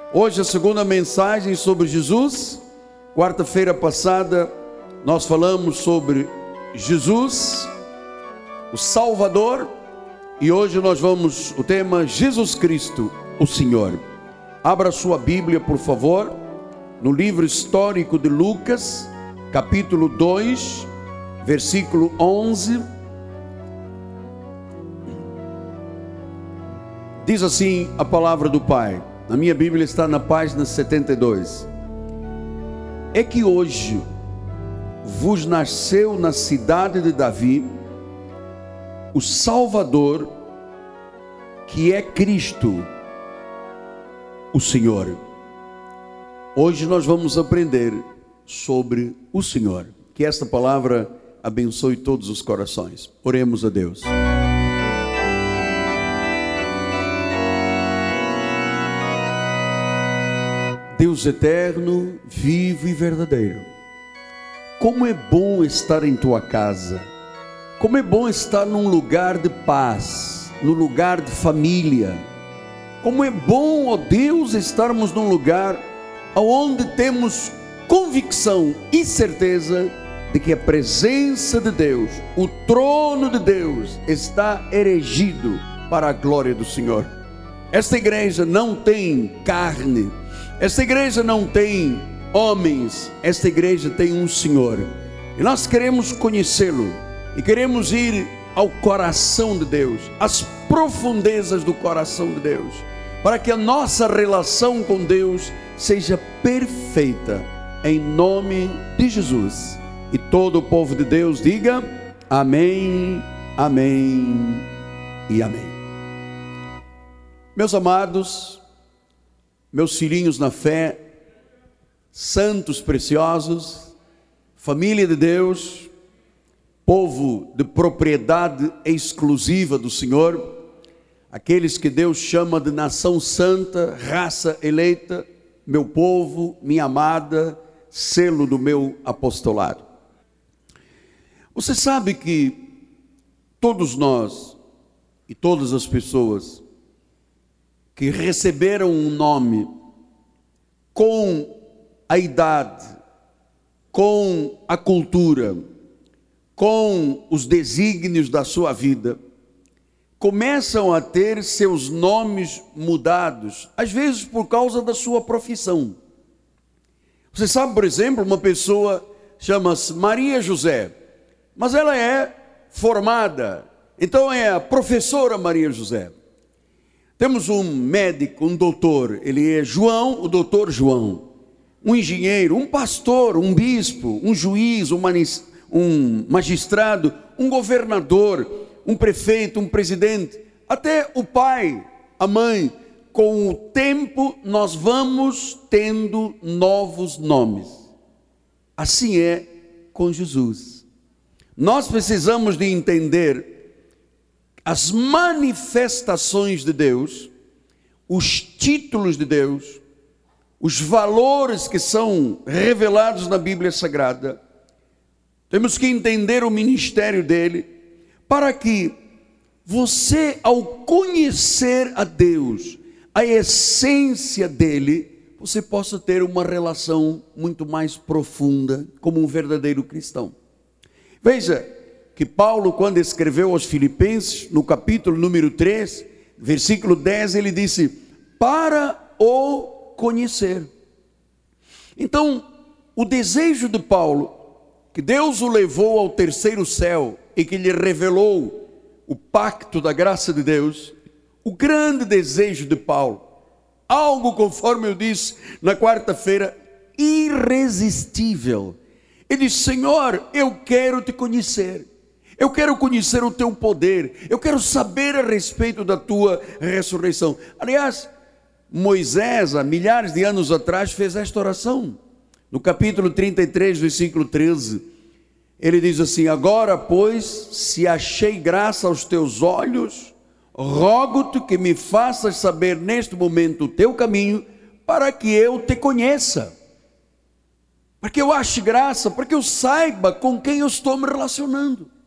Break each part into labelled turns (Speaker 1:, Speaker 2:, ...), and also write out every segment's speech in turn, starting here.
Speaker 1: Hoje a segunda mensagem sobre Jesus. Quarta-feira passada nós falamos sobre Jesus, o Salvador, e hoje nós vamos, o tema Jesus Cristo, o Senhor. Abra sua Bíblia, por favor, no livro histórico de Lucas, capítulo 2, versículo 11. Diz assim a palavra do Pai. Na minha Bíblia está na página 72. É que hoje vos nasceu na cidade de Davi o Salvador, que é Cristo, o Senhor. Hoje nós vamos aprender sobre o Senhor. Que esta palavra abençoe todos os corações. Oremos a Deus. Deus eterno, vivo e verdadeiro, como é bom estar em tua casa, como é bom estar num lugar de paz, num lugar de família, como é bom, ó Deus, estarmos num lugar onde temos convicção e certeza de que a presença de Deus, o trono de Deus está erigido para a glória do Senhor. Esta igreja não tem carne, esta igreja não tem homens, esta igreja tem um Senhor, e nós queremos conhecê-lo, e queremos ir ao coração de Deus, às profundezas do coração de Deus, para que a nossa relação com Deus seja perfeita, em nome de Jesus. E todo o povo de Deus diga amém, amém e amém. Meus amados, meus filhinhos na fé, santos preciosos, família de Deus, povo de propriedade exclusiva do Senhor, aqueles que Deus chama de nação santa, raça eleita, meu povo, minha amada, selo do meu apostolado. Você sabe que todos nós e todas as pessoas que receberam um nome com a idade, com a cultura, com os desígnios da sua vida, começam a ter seus nomes mudados, às vezes por causa da sua profissão. Você sabe, por exemplo, uma pessoa chama-se Maria José, mas ela é formada, então é a professora Maria José. Temos um médico, um doutor, ele é João, o doutor João. Um engenheiro, um pastor, um bispo, um juiz, um magistrado, um governador, um prefeito, um presidente, até o pai, a mãe. Com o tempo nós vamos tendo novos nomes. Assim é com Jesus. Nós precisamos de entender as manifestações de Deus, os títulos de Deus, os valores que são revelados na Bíblia Sagrada. Temos que entender o ministério dele, para que você, ao conhecer a Deus, a essência dele, você possa ter uma relação muito mais profunda como um verdadeiro cristão. Veja que Paulo, quando escreveu aos Filipenses, no capítulo número 3, versículo 10, ele disse, para o conhecer. Então, o desejo de Paulo, que Deus o levou ao terceiro céu e que lhe revelou o pacto da graça de Deus, o grande desejo de Paulo, algo, conforme eu disse na quarta-feira, irresistível. Ele disse, Senhor, eu quero te conhecer. Eu quero conhecer o teu poder, eu quero saber a respeito da tua ressurreição. Aliás, Moisés, há milhares de anos atrás, fez esta oração. No capítulo 33, versículo 13, ele diz assim, agora, pois, se achei graça aos teus olhos, rogo-te que me faças saber neste momento o teu caminho, para que eu te conheça. Para que eu ache graça, para que eu saiba com quem eu estou me relacionando.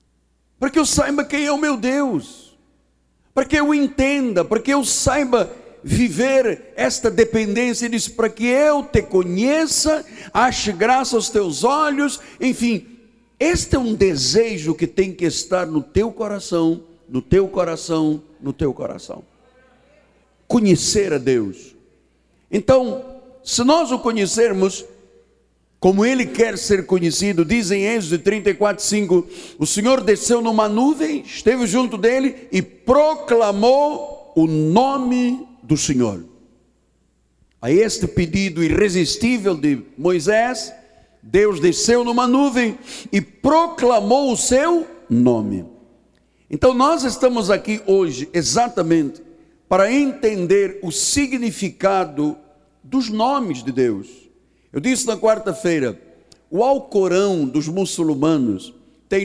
Speaker 1: Para que eu saiba quem é o meu Deus, para que eu entenda, para que eu saiba viver esta dependência. Ele diz: para que eu te conheça, ache graça aos teus olhos. Enfim, este é um desejo que tem que estar no teu coração, no teu coração, no teu coração. Conhecer a Deus. Então, se nós o conhecermos como Ele quer ser conhecido, diz em Êxodo 34:5, o Senhor desceu numa nuvem, esteve junto dele e proclamou o nome do Senhor. A este pedido irresistível de Moisés, Deus desceu numa nuvem e proclamou o seu nome. Então nós estamos aqui hoje exatamente para entender o significado dos nomes de Deus. Eu disse na quarta-feira, o Alcorão dos muçulmanos tem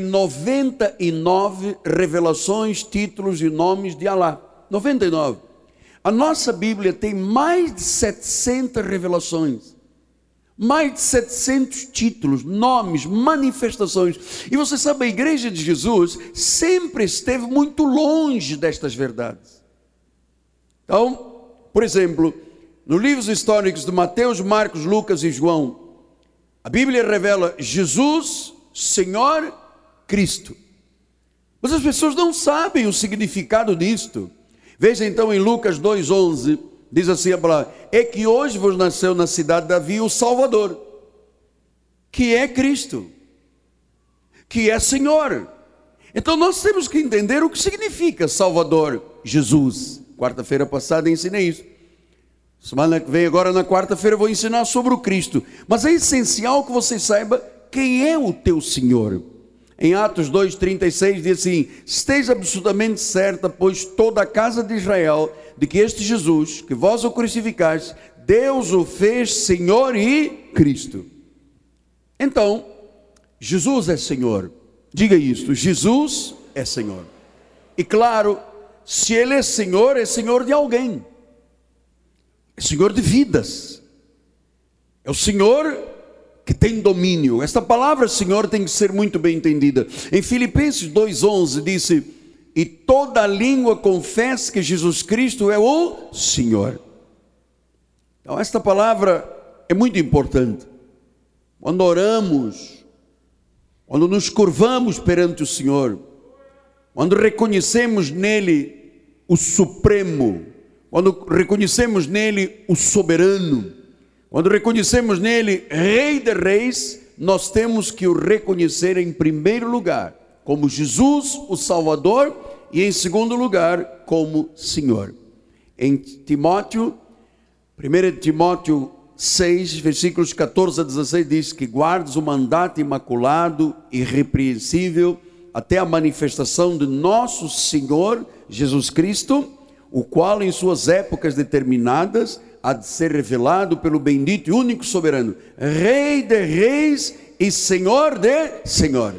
Speaker 1: 99 revelações, títulos e nomes de Alá. 99. A nossa Bíblia tem mais de 700 revelações. Mais de 700 títulos, nomes, manifestações. E você sabe, a Igreja de Jesus sempre esteve muito longe destas verdades. Então, por exemplo, nos livros históricos de Mateus, Marcos, Lucas e João, a Bíblia revela Jesus, Senhor, Cristo. Mas as pessoas não sabem o significado disto. Veja então em Lucas 2:11, diz assim a palavra: é que hoje vos nasceu na cidade de Davi o Salvador, que é Cristo, que é Senhor. Então nós temos que entender o que significa Salvador, Jesus. Quarta-feira passada ensinei isso. Semana que vem, agora na quarta-feira, eu vou ensinar sobre o Cristo. Mas é essencial que você saiba quem é o teu Senhor. Em Atos 2:36 diz assim: esteja absolutamente certa, pois toda a casa de Israel, de que este Jesus, que vós o crucificaste, Deus o fez Senhor e Cristo. Então, Jesus é Senhor. Diga isto: Jesus é Senhor. E claro, se Ele é Senhor de alguém. É Senhor de vidas. É o Senhor que tem domínio. Esta palavra Senhor tem que ser muito bem entendida. Em Filipenses 2:11 disse: e toda língua confesse que Jesus Cristo é o Senhor. Então esta palavra é muito importante. Quando oramos, quando nos curvamos perante o Senhor, quando reconhecemos nele o Supremo, quando reconhecemos nele o Soberano, quando reconhecemos nele Rei de Reis, nós temos que o reconhecer em primeiro lugar como Jesus, o Salvador, e em segundo lugar como Senhor. Em Timóteo, 1 Timóteo 6, versículos 14 a 16, diz que guardes o mandato imaculado, irrepreensível, até a manifestação de nosso Senhor Jesus Cristo, o qual em suas épocas determinadas há de ser revelado pelo bendito e único soberano, Rei de reis e Senhor de senhores.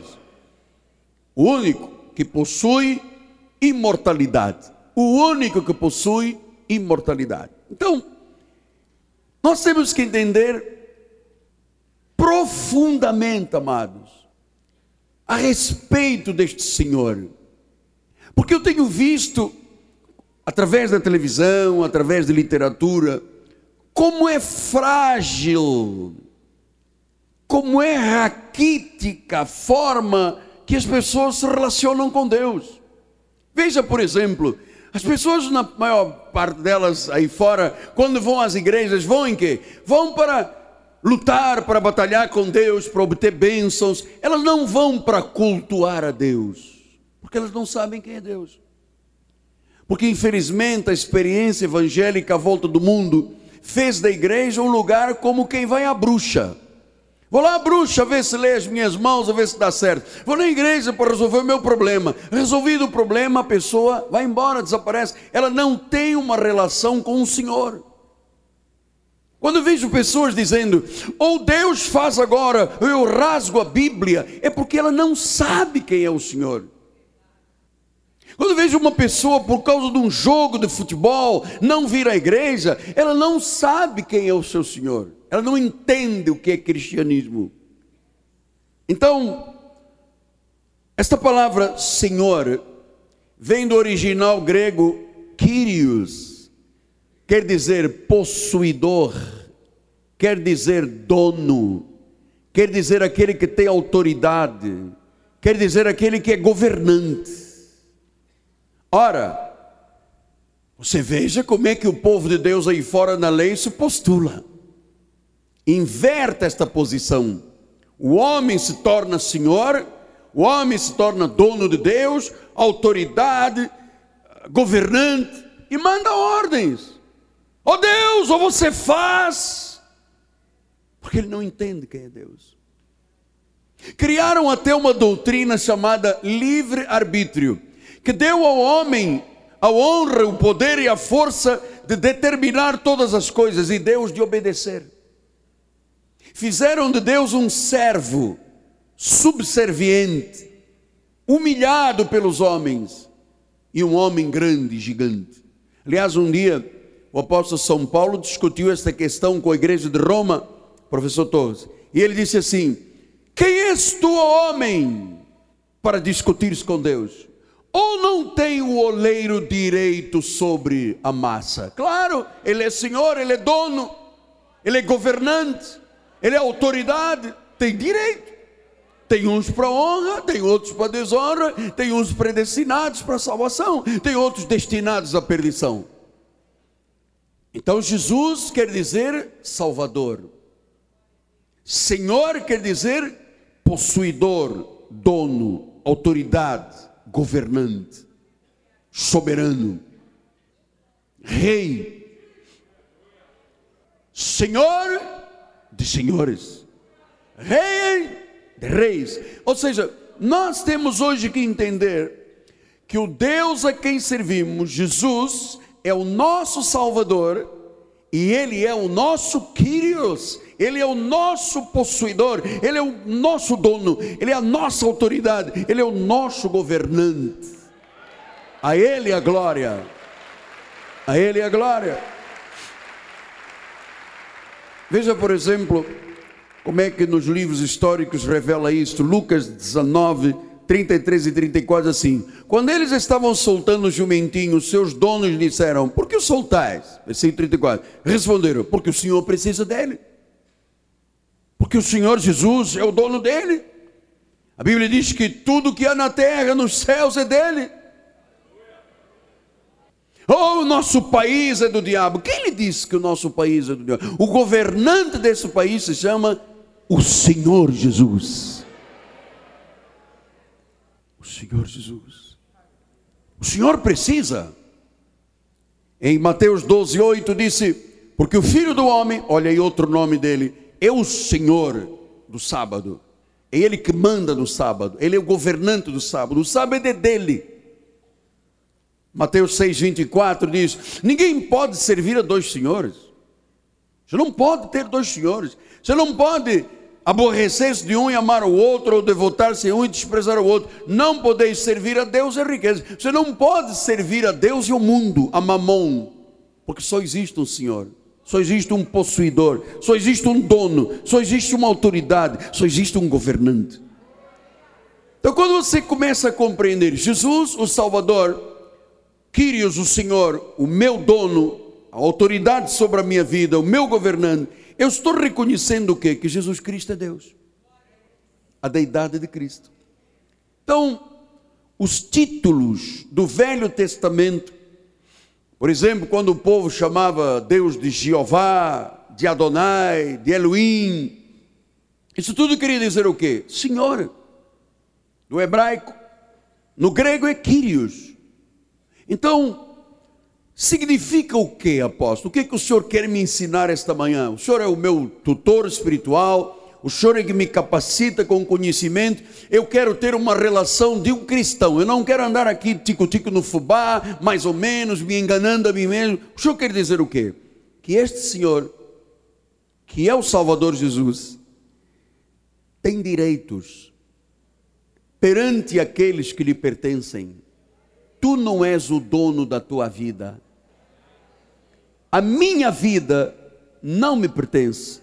Speaker 1: O único que possui imortalidade. O único que possui imortalidade. Então, nós temos que entender profundamente, amados, a respeito deste Senhor. Porque eu tenho visto, através da televisão, através de literatura, como é frágil, como é raquítica a forma que as pessoas se relacionam com Deus. Veja, por exemplo, as pessoas, na maior parte delas aí fora, quando vão às igrejas, vão em quê? Vão para lutar, para batalhar com Deus, para obter bênçãos. Elas não vão para cultuar a Deus, porque elas não sabem quem é Deus. Porque infelizmente a experiência evangélica à volta do mundo fez da igreja um lugar como quem vai à bruxa. Vou lá à bruxa, ver se lê as minhas mãos, a ver se dá certo. Vou na igreja para resolver o meu problema. Resolvido o problema, a pessoa vai embora, desaparece. Ela não tem uma relação com o Senhor. Quando eu vejo pessoas dizendo, ou Deus faz agora, eu rasgo a Bíblia, é porque ela não sabe quem é o Senhor. Quando eu vejo uma pessoa, por causa de um jogo de futebol, não vir à igreja, ela não sabe quem é o seu Senhor. Ela não entende o que é cristianismo. Então, esta palavra Senhor vem do original grego Kyrios, quer dizer possuidor, quer dizer dono, quer dizer aquele que tem autoridade, quer dizer aquele que é governante. Ora, você veja como é que o povo de Deus aí fora na lei se postula. Inverta esta posição. O homem se torna senhor, o homem se torna dono de Deus, autoridade, governante, e manda ordens. Ó Deus, ou você faz, porque ele não entende quem é Deus. Criaram até uma doutrina chamada livre-arbítrio, que deu ao homem a honra, o poder e a força de determinar todas as coisas e Deus de obedecer. Fizeram de Deus um servo subserviente, humilhado pelos homens, e um homem grande, gigante. Aliás, um dia o apóstolo São Paulo discutiu esta questão com a igreja de Roma, professor Torres, e ele disse assim: quem és tu, homem, para discutires com Deus? Ou não tem o oleiro direito sobre a massa? Claro, ele é senhor, ele é dono, ele é governante, ele é autoridade, tem direito. Tem uns para honra, tem outros para desonra, tem uns predestinados para a salvação, tem outros destinados à perdição. Então Jesus quer dizer Salvador. Senhor quer dizer possuidor, dono, autoridade, governante, soberano, rei, Senhor de senhores, rei de reis. Ou seja, nós temos hoje que entender que o Deus a quem servimos, Jesus, é o nosso Salvador, e Ele é o nosso Kyrios, Ele é o nosso possuidor, Ele é o nosso dono, Ele é a nossa autoridade, Ele é o nosso governante. A Ele a glória, a Ele a glória. Veja, por exemplo, como é que nos livros históricos revela isto. Lucas 19, 33 e 34, assim: quando eles estavam soltando o jumentinho, seus donos lhe disseram: por que o soltais? Versículo 34, responderam: porque o Senhor precisa dele, porque o Senhor Jesus é o dono dele. A Bíblia diz que tudo que há na terra, nos céus, é dele. Oh, o nosso país é do diabo. Quem lhe disse que o nosso país é do diabo? O governante desse país se chama o Senhor Jesus. O Senhor Jesus. O Senhor precisa. Em Mateus 12, 8 disse: porque o Filho do Homem, olha aí outro nome dele, é o Senhor do sábado. É Ele que manda no sábado. Ele é o governante do sábado. O sábado é dele. Mateus 6, 24 diz: ninguém pode servir a dois senhores. Você não pode ter dois senhores. Você não pode aborrecer-se de um e amar o outro, ou devotar-se a um e desprezar o outro. Não podeis servir a Deus e a riqueza. Você não pode servir a Deus e ao mundo, a mamon, porque só existe um Senhor, só existe um possuidor, só existe um dono, só existe uma autoridade, só existe um governante. Então, quando você começa a compreender Jesus, o Salvador, Kyrios, o Senhor, o meu dono, a autoridade sobre a minha vida, o meu governante, eu estou reconhecendo o quê? Que Jesus Cristo é Deus, a deidade de Cristo. Então, os títulos do Velho Testamento, por exemplo, quando o povo chamava Deus de Jeová, de Adonai, de Elohim, isso tudo queria dizer o quê? Senhor. No hebraico, no grego é Kyrios. Então, significa o que, apóstolo? O que o senhor quer me ensinar esta manhã? O senhor é o meu tutor espiritual, o senhor é que me capacita com conhecimento. Eu quero ter uma relação de um cristão. Eu não quero andar aqui tico-tico no fubá, mais ou menos, me enganando a mim mesmo. O senhor quer dizer o quê? Que este Senhor, que é o Salvador Jesus, tem direitos perante aqueles que lhe pertencem. Tu não és o dono da tua vida. A minha vida não me pertence.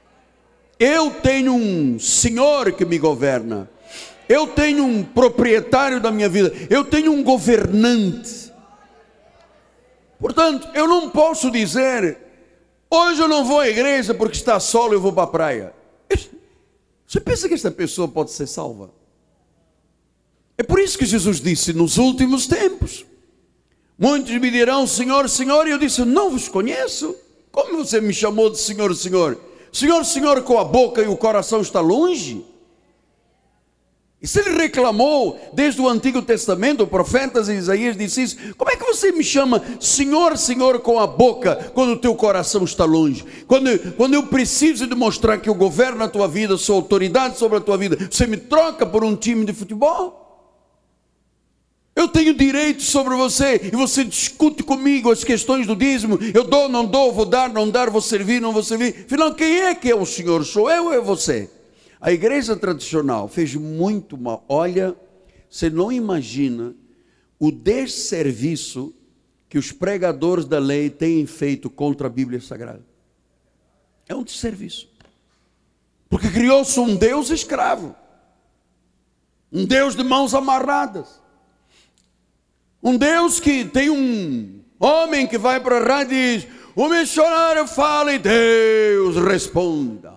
Speaker 1: Eu tenho um Senhor que me governa. Eu tenho um proprietário da minha vida. Eu tenho um governante. Portanto, eu não posso dizer, hoje eu não vou à igreja porque está sol, eu vou para a praia. Você pensa que esta pessoa pode ser salva? É por isso que Jesus disse, nos últimos tempos, muitos me dirão, Senhor, Senhor, e eu disse, não vos conheço. Como você me chamou de Senhor, Senhor? Senhor, Senhor, com a boca e o coração está longe? E se ele reclamou desde o Antigo Testamento, profetas e Isaías disse isso, como é que você me chama Senhor, Senhor com a boca, quando o teu coração está longe? Quando eu preciso demonstrar que eu governo a tua vida, sou autoridade sobre a tua vida, você me troca por um time de futebol? Eu tenho direito sobre você, e você discute comigo as questões do dízimo, eu dou, não dou, vou dar, não dar, vou servir, não vou servir. Afinal, quem é que é o Senhor? Sou eu ou é você? A igreja tradicional fez muito mal. Olha, você não imagina o desserviço que os pregadores da lei têm feito contra a Bíblia Sagrada. É um desserviço. Porque criou-se um Deus escravo. Um Deus de mãos amarradas. Um Deus que tem um homem que vai para a rádio e diz, o missionário fala e Deus responda.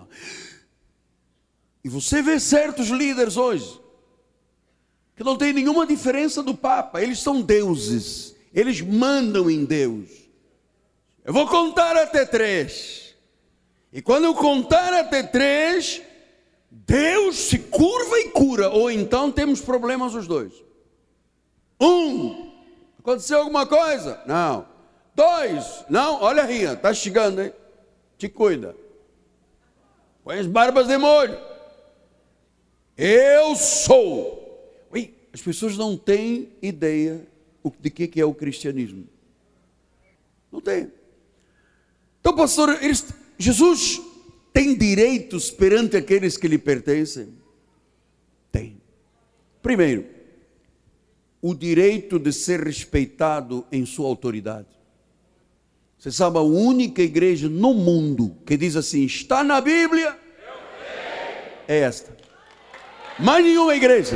Speaker 1: E você vê certos líderes hoje, que não tem nenhuma diferença do Papa, eles são deuses, eles mandam em Deus. Eu vou contar até 3, e quando eu contar até 3, Deus se curva e cura, ou então temos problemas os dois. 1, aconteceu alguma coisa? Não. 2, não, olha aí, está chegando, hein? Te cuida. Põe as barbas de molho. Eu sou. Ui, as pessoas não têm ideia de que é o cristianismo. Não tem. Então, pastor, Jesus tem direitos perante aqueles que lhe pertencem? Tem. Primeiro, o direito de ser respeitado em sua autoridade. Você sabe, a única igreja no mundo que diz assim, está na Bíblia, é esta. Mais nenhuma igreja.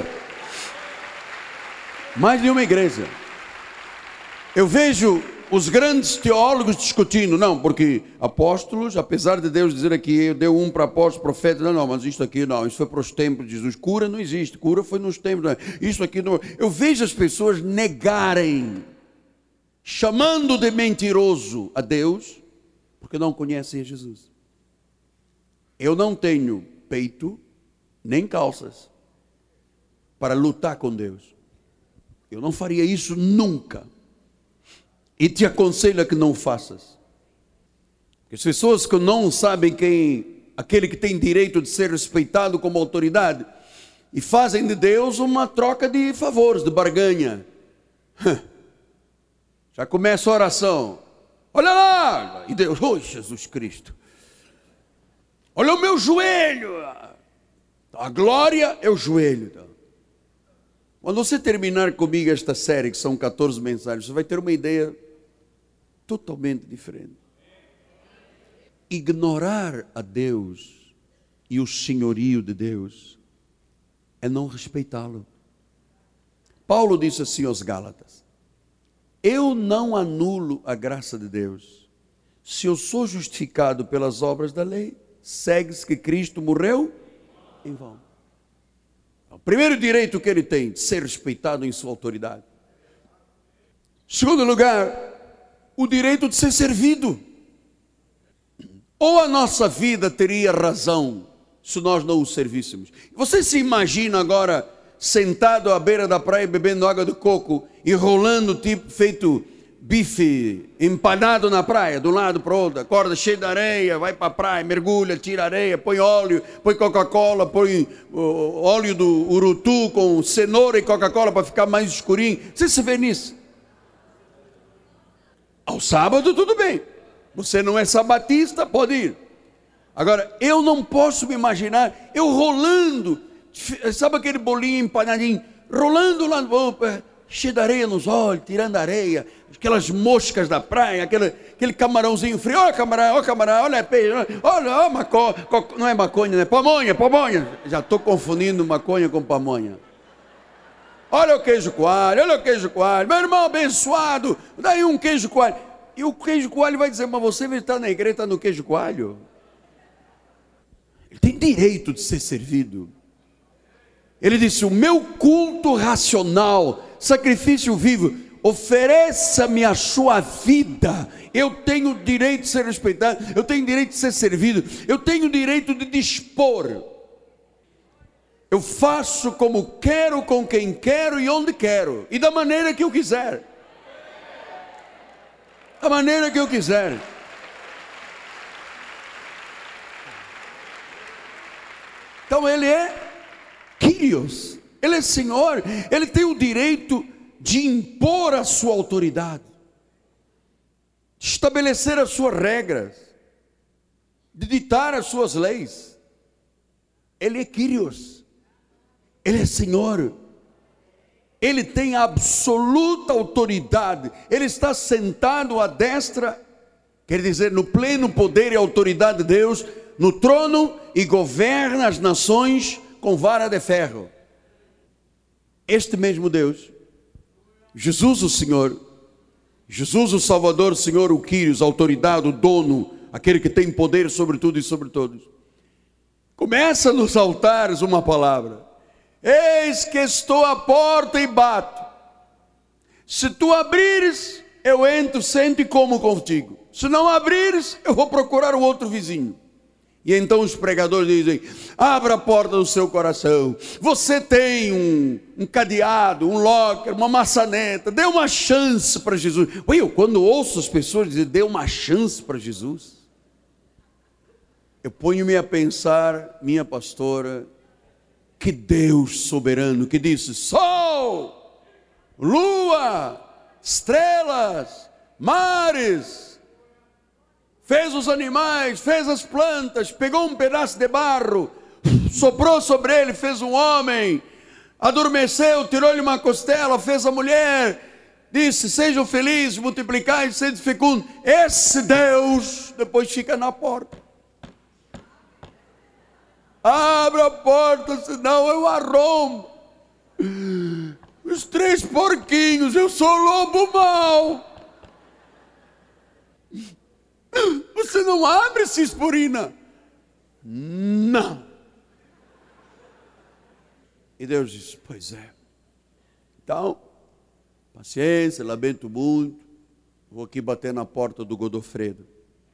Speaker 1: Mais nenhuma igreja. Eu vejo os grandes teólogos discutindo, não, porque apóstolos, apesar de Deus dizer aqui, deu um para apóstolos, profetas, não, mas isto aqui não, isso foi para os templos de Jesus. Cura não existe, cura foi nos templos, não. Isso aqui não. Eu vejo as pessoas negarem, chamando de mentiroso a Deus, porque não conhecem a Jesus. Eu não tenho peito, nem calças, para lutar com Deus. Eu não faria isso nunca. E te aconselho a que não faças. Porque as pessoas que não sabem quem, aquele que tem direito de ser respeitado como autoridade, e fazem de Deus uma troca de favores, de barganha. Já começa a oração. Olha lá! E Deus, oi Jesus Cristo. Olha o meu joelho. A glória é o joelho. Quando você terminar comigo esta série, que são 14 mensagens, você vai ter uma ideia totalmente diferente. Ignorar a Deus e o senhorio de Deus é não respeitá-lo. Paulo disse assim aos Gálatas, eu não anulo a graça de Deus. Se eu sou justificado pelas obras da lei, segue-se que Cristo morreu em vão. O primeiro direito que ele tem, de ser respeitado em sua autoridade. Segundo lugar, o direito de ser servido. Ou a nossa vida teria razão se nós não o servíssemos. Você se imagina agora sentado à beira da praia bebendo água de coco e rolando tipo feito bife empanado na praia, de um lado para o outro, acorda cheio de areia, vai para a praia, mergulha, tira areia, põe óleo, põe Coca-Cola, põe óleo do urutu com cenoura e Coca-Cola para ficar mais escurinho. Você se vê nisso? Ao sábado tudo bem, você não é sabatista, pode ir. Agora, eu não posso me imaginar eu rolando, sabe aquele bolinho empanadinho, rolando lá no cheio de areia nos olhos, tirando areia, aquelas moscas da praia, aquele camarãozinho frio, olha camarão, olha peixe, olha maconha, não é maconha, né? Pamonha, já estou confundindo maconha com pamonha. Olha o queijo coalho, meu irmão abençoado, daí um queijo coalho. E o queijo coalho vai dizer, mas você vai estar na igreja, está no queijo coalho? Ele tem direito de ser servido. Ele disse, o meu culto racional, sacrifício vivo, ofereça-me a sua vida. Eu tenho direito de ser respeitado, eu tenho direito de ser servido, eu tenho direito de dispor. Eu faço como quero, com quem quero e onde quero, e da maneira que eu quiser. Da maneira que eu quiser. Então ele é Kyrios, ele é Senhor, ele tem o direito de impor a sua autoridade, de estabelecer as suas regras, de ditar as suas leis. Ele é Kyrios, ele é Senhor, ele tem absoluta autoridade, ele está sentado à destra, quer dizer, no pleno poder e autoridade de Deus, no trono, e governa as nações com vara de ferro. Este mesmo Deus, Jesus o Senhor, Jesus o Salvador, o Senhor, o Kyrios, a autoridade, o dono, aquele que tem poder sobre tudo e sobre todos, começa nos altares uma palavra: eis que estou à porta e bato, se tu abrires, eu entro, sento e como contigo, se não abrires, eu vou procurar um outro vizinho. E então os pregadores dizem, abra a porta do seu coração, você tem um cadeado, um locker, uma maçaneta, dê uma chance para Jesus. Eu quando ouço as pessoas dizer, dê uma chance para Jesus, eu ponho-me a pensar, minha pastora, que Deus soberano, que disse, sol, lua, estrelas, mares, fez os animais, fez as plantas, pegou um pedaço de barro, soprou sobre ele, fez um homem, adormeceu, tirou-lhe uma costela, fez a mulher, disse, sejam felizes, multiplicai, sede fecundo. Esse Deus depois fica na porta. Abra a porta, senão eu arrombo. Os 3 porquinhos, eu sou lobo mau. Você não abre, Cisporina? Não. E Deus diz, pois é. Então, paciência, lamento muito. Vou aqui bater na porta do Godofredo.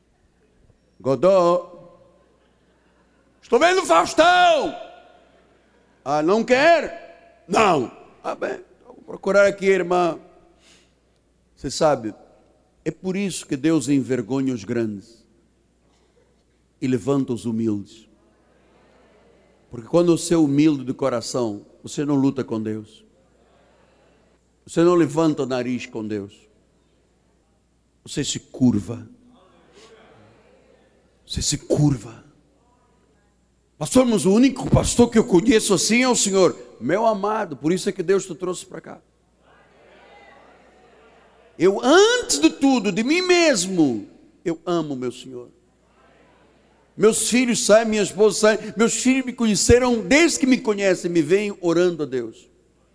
Speaker 1: Godó, estou vendo Faustão. Ah, não quer? Não. Ah, bem, vou procurar aqui, irmã. Você sabe, é por isso que Deus envergonha os grandes e levanta os humildes. Porque quando você é humilde de coração, você não luta com Deus. Você não levanta o nariz com Deus. Você se curva. Você se curva. Pastor, mas o único pastor que eu conheço assim é o Senhor. Meu amado, por isso é que Deus te trouxe para cá. Eu, antes de tudo, de mim mesmo, eu amo meu Senhor. Meus filhos saem, minha esposa sai. Meus filhos me conheceram, desde que me conhecem, me vêm orando a Deus.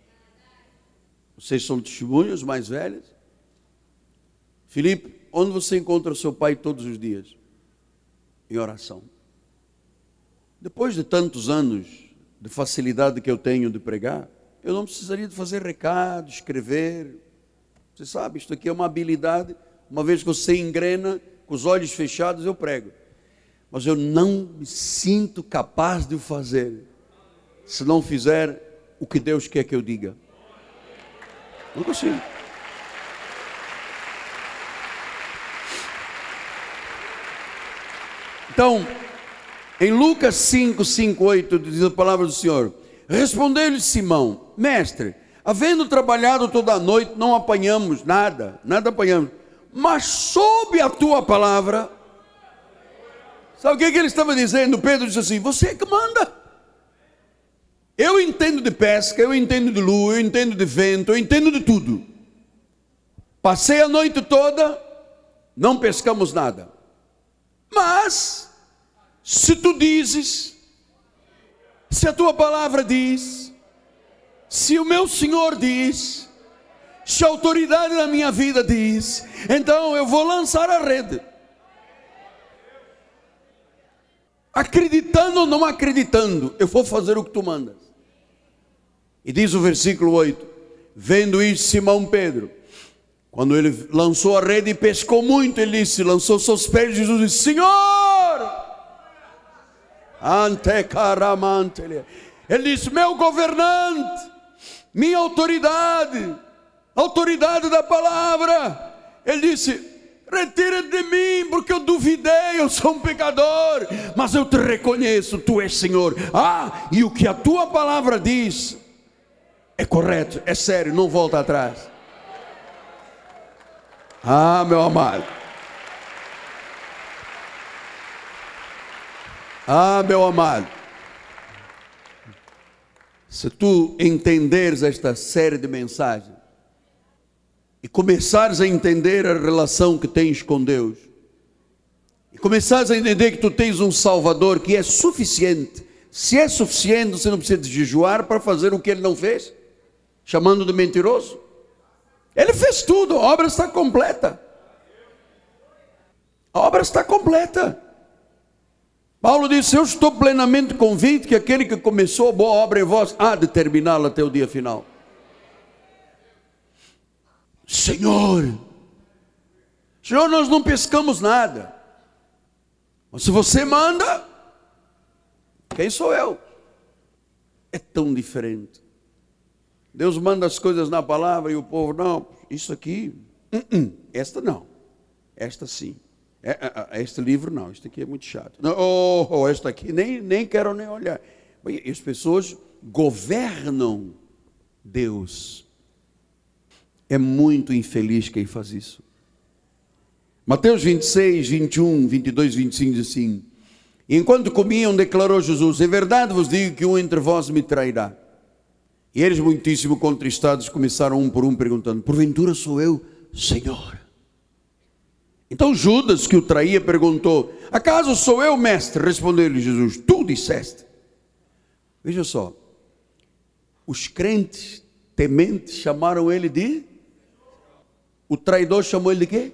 Speaker 1: Vocês são testemunhas mais velhas. Felipe, onde você encontra o seu pai todos os dias? Em oração. Depois de tantos anos de facilidade que eu tenho de pregar, eu não precisaria de fazer recado, escrever. Você sabe, isto aqui é uma habilidade. Uma vez que você engrena, com os olhos fechados, eu prego. Mas eu não me sinto capaz de o fazer, se não fizer o que Deus quer que eu diga. Não consigo. Então, em Lucas 5, 5, 8, diz a palavra do Senhor: respondeu-lhe Simão, mestre, havendo trabalhado toda a noite, não apanhamos nada apanhamos, mas sob a tua palavra. Sabe o que ele estava dizendo? Pedro disse assim: você é que manda. Eu entendo de pesca, eu entendo de lua, eu entendo de vento, eu entendo de tudo. Passei a noite toda, não pescamos nada. Mas, se tu dizes, se a tua palavra diz, se o meu Senhor diz, Se a autoridade na minha vida diz, então eu vou lançar a rede. Acreditando ou não acreditando, eu vou fazer o que tu mandas. E diz o versículo 8: vendo isso, Simão Pedro, quando ele lançou a rede e pescou muito, ele disse, lançou seus pés, Jesus disse, Senhor, ante caramante, ele disse, meu governante, minha autoridade, autoridade da palavra. Ele disse, retira de mim, porque eu duvidei, eu sou um pecador, mas eu te reconheço, tu és Senhor. E o que a tua palavra diz é correto, é sério, não volta atrás. Meu amado. Meu amado. Se tu entenderes esta série de mensagens e começares a entender a relação que tens com Deus, e começares a entender que tu tens um Salvador que é suficiente. Se é suficiente, você não precisa de jejuar para fazer o que ele não fez, chamando de mentiroso. Ele fez tudo, a obra está completa. A obra está completa. Paulo disse, eu estou plenamente convicto que aquele que começou a boa obra em vós há de terminá-la até o dia final. Senhor, nós não pescamos nada, mas se você manda, quem sou eu? É tão diferente. Deus manda as coisas na palavra e o povo, não, isso aqui, esta não, esta sim. Este livro não, este aqui é muito chato. Não, esta aqui nem quero nem olhar. E as pessoas governam Deus. É muito infeliz quem faz isso. Mateus 26, 21, 22, 25 diz assim, enquanto comiam, declarou Jesus, em verdade vos digo que um entre vós me trairá. E eles, muitíssimo contristados, começaram um por um perguntando, porventura sou eu, Senhor? Então Judas, que o traía, perguntou, acaso sou eu, mestre? Respondeu-lhe Jesus, tu disseste. Veja só, os crentes tementes chamaram ele de, o traidor chamou ele de quê?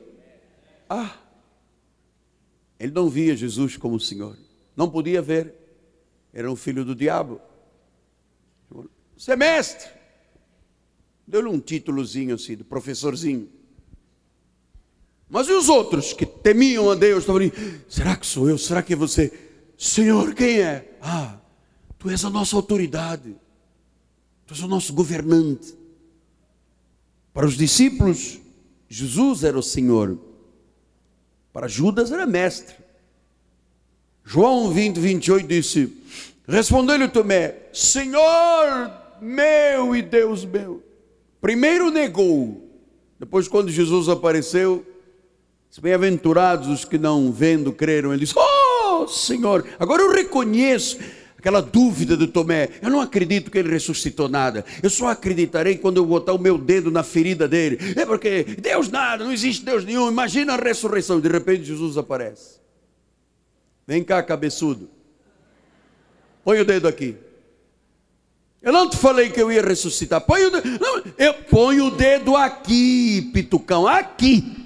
Speaker 1: Ele não via Jesus como Senhor, não podia ver, era um filho do diabo. Você é mestre, deu-lhe um títulozinho assim, de professorzinho. Mas e os outros que temiam a Deus, estavam ali, será que sou eu? Será que é você? Senhor, quem é? Tu és a nossa autoridade, tu és o nosso governante. Para os discípulos, Jesus era o Senhor. Para Judas era mestre. João 20, 28 disse, respondeu-lhe Tomé, Senhor meu e Deus meu. Primeiro negou, depois quando Jesus apareceu, bem-aventurados os que não vendo creram. Ele disse, Senhor, agora eu reconheço aquela dúvida de Tomé, eu não acredito que ele ressuscitou nada, eu só acreditarei quando eu botar o meu dedo na ferida dele, é porque Deus nada, não existe Deus nenhum, imagina a ressurreição. De repente Jesus aparece, vem cá cabeçudo, põe o dedo aqui, eu não te falei que eu ia ressuscitar, põe o dedo, não, eu ponho o dedo aqui, pitucão, aqui.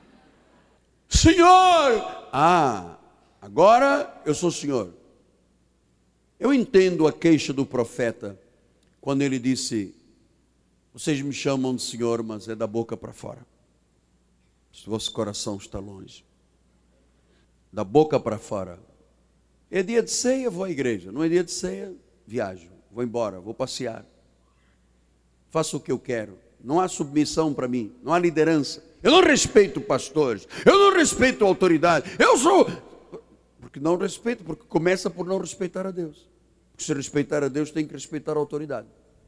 Speaker 1: Senhor, agora eu sou Senhor. Eu entendo a queixa do profeta, quando ele disse, vocês me chamam de Senhor, mas é da boca para fora. O vosso coração está longe. Da boca para fora. É dia de ceia, vou à igreja. Não é dia de ceia, viajo, vou embora, vou passear. Faço o que eu quero. Não há submissão para mim, não há liderança. Eu não respeito pastores, eu não respeito a autoridade, eu sou... Porque não respeito, porque começa por não respeitar a Deus. Porque se respeitar a Deus, tem que respeitar a autoridade.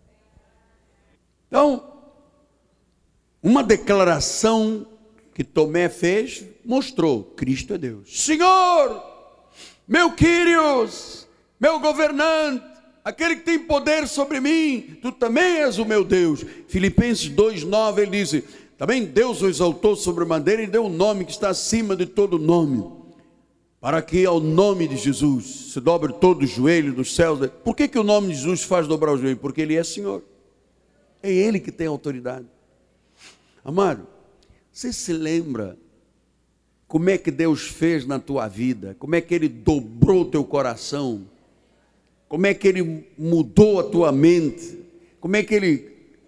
Speaker 1: Então, uma declaração que Tomé fez, mostrou, Cristo é Deus. Senhor, meu Quírios, meu governante, aquele que tem poder sobre mim, tu também és o meu Deus. Filipenses 2,9, ele diz, também Deus o exaltou sobre a madeira e deu um nome que está acima de todo nome, para que ao nome de Jesus se dobre todo o joelho dos céus. Por que o nome de Jesus faz dobrar o joelho? Porque Ele é Senhor, é Ele que tem autoridade. Amado, você se lembra como é que Deus fez na tua vida? Como é que Ele dobrou o teu coração? Como é que Ele mudou a tua mente? Como é que Ele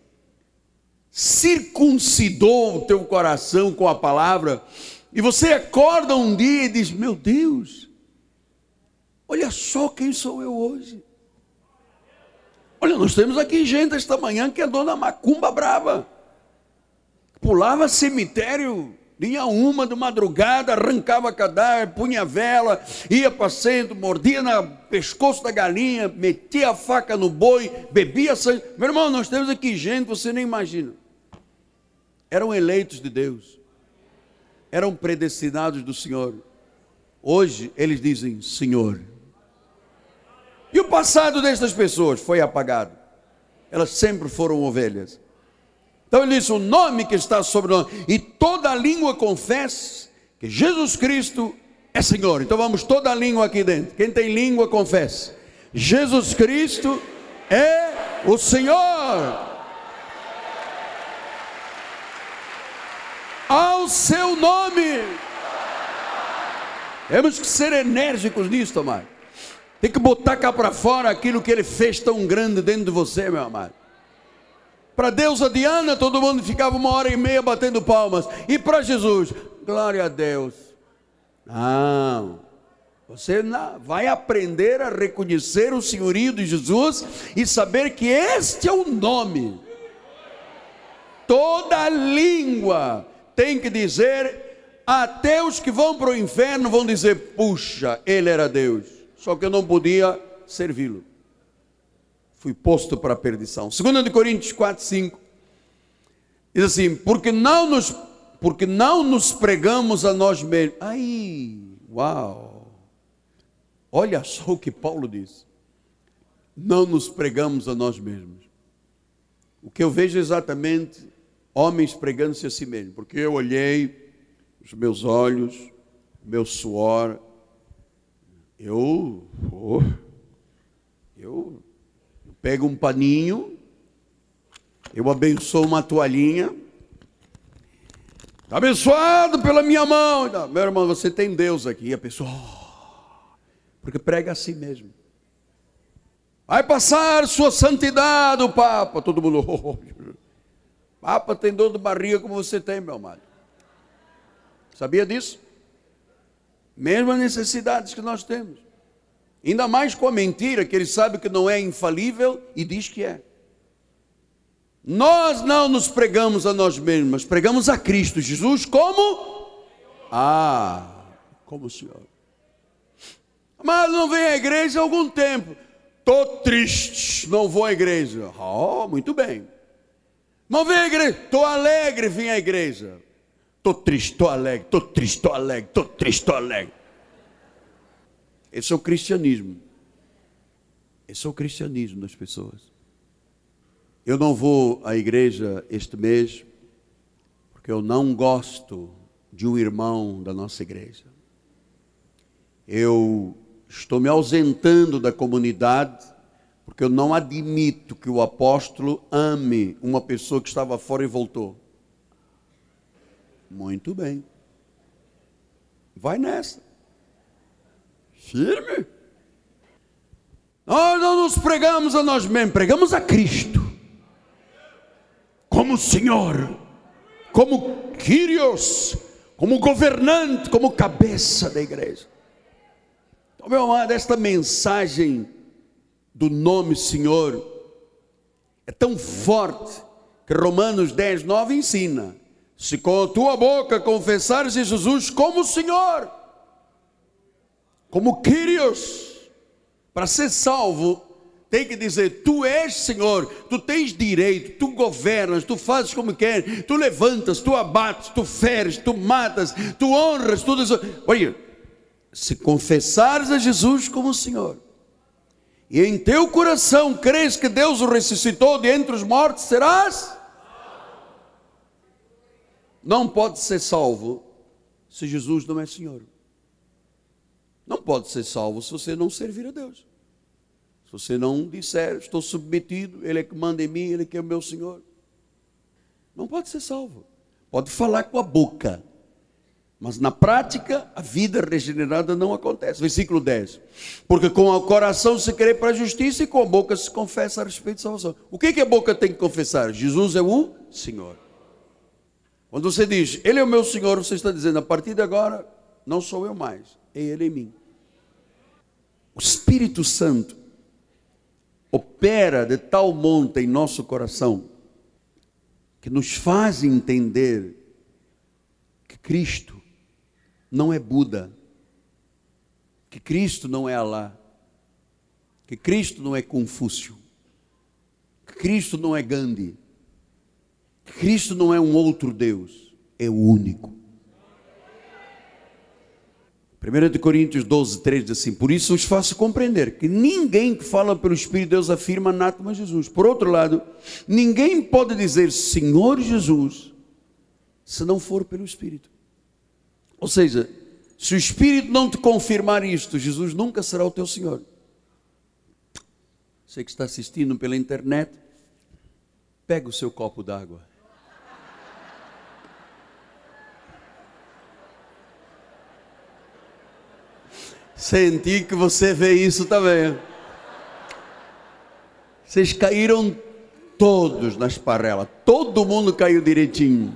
Speaker 1: circuncidou o teu coração com a palavra? E você acorda um dia e diz: meu Deus, olha só quem sou eu hoje. Olha, nós temos aqui gente esta manhã que andou na macumba brava. Pulava cemitério, vinha uma de madrugada, arrancava cadáver, punha vela, ia para centro, mordia no pescoço da galinha, metia a faca no boi, bebia sangue. Meu irmão, nós temos aqui gente, você nem imagina. Eram eleitos de Deus, eram predestinados do Senhor. Hoje eles dizem: Senhor. E o passado destas pessoas foi apagado. Elas sempre foram ovelhas. Então ele diz: o nome que está sobre nós, e toda língua confesse que Jesus Cristo é Senhor. Então vamos, toda a língua aqui dentro. Quem tem língua, confesse: Jesus Cristo é o Senhor. Ao seu nome. Temos que ser enérgicos nisso, amado. Tem que botar cá para fora aquilo que Ele fez tão grande dentro de você, meu amado. Para Deus, a Diana, todo mundo ficava 1h30 batendo palmas. E para Jesus, glória a Deus. Não, você vai aprender a reconhecer o senhorio de Jesus e saber que este é o nome. Toda língua tem que dizer, até os que vão para o inferno vão dizer: puxa, Ele era Deus, só que eu não podia servi-lo. Fui posto para a perdição. 2 Coríntios 4:5 diz assim: porque não nos pregamos a nós mesmos. Ai, uau! Olha só o que Paulo diz. Não nos pregamos a nós mesmos. O que eu vejo é exatamente homens pregando-se a si mesmos. Porque eu olhei, os meus olhos, meu suor, eu pego um paninho, eu abençoo uma toalhinha, abençoado pela minha mão. Meu irmão, você tem Deus aqui. E a pessoa, porque prega a si mesmo. Vai passar sua santidade, o Papa. Todo mundo, Papa tem dor de barriga como você tem, meu amado. Sabia disso? Mesmas necessidades que nós temos. Ainda mais com a mentira, que ele sabe que não é infalível e diz que é. Nós não nos pregamos a nós mesmos, mas pregamos a Cristo Jesus como? Como o Senhor. Mas não vem à igreja há algum tempo. Estou triste, não vou à igreja. Muito bem. Não vem à igreja. Estou alegre, vim à igreja. Estou triste, estou alegre, estou triste, estou alegre, estou triste, estou alegre. Esse é o cristianismo. Esse é o cristianismo das pessoas. Eu não vou à igreja este mês porque eu não gosto de um irmão da nossa igreja. Eu estou me ausentando da comunidade porque eu não admito que o apóstolo ame uma pessoa que estava fora e voltou. Muito bem. Vai nessa. Firme. Nós não nos pregamos a nós mesmos, pregamos a Cristo. Como Senhor, como Kyrios, como governante, como cabeça da igreja. Então, meu amado, esta mensagem do nome Senhor é tão forte que Romanos 10:9 ensina: se com a tua boca confessares Jesus como Senhor, como Kyrios, para ser salvo, tem que dizer: tu és Senhor, tu tens direito, tu governas, tu fazes como queres, tu levantas, tu abates, tu feres, tu matas, tu honras, tu olha, se confessares a Jesus como Senhor, e em teu coração crês que Deus o ressuscitou de entre os mortos, serás? Não pode ser salvo se Jesus não é Senhor. Não pode ser salvo se você não servir a Deus. Se você não disser: estou submetido, Ele é que manda em mim, Ele que é o meu Senhor. Não pode ser salvo. pode falar com a boca, mas na prática a vida regenerada não acontece. Versículo 10. Porque com o coração se crê para a justiça e com a boca se confessa a respeito de salvação. O que a boca tem que confessar? Jesus é o Senhor. Quando você diz, Ele é o meu Senhor, você está dizendo, a partir de agora, não sou eu mais, é Ele em mim. O Espírito Santo opera de tal monta em nosso coração, que nos faz entender que Cristo não é Buda, que Cristo não é Alá, que Cristo não é Confúcio, que Cristo não é Gandhi, que Cristo não é um outro Deus, é o único. 1 Coríntios 12, 3 diz assim, por isso os faço compreender que ninguém que fala pelo Espírito de Deus afirma anátema Jesus. Por outro lado, ninguém pode dizer Senhor Jesus se não for pelo Espírito. Ou seja, se o Espírito não te confirmar isto, Jesus nunca será o teu Senhor. Você que está assistindo pela internet, pega o seu copo d'água. Senti que você vê isso também. Vocês caíram todos na esparrela. Todo mundo caiu direitinho.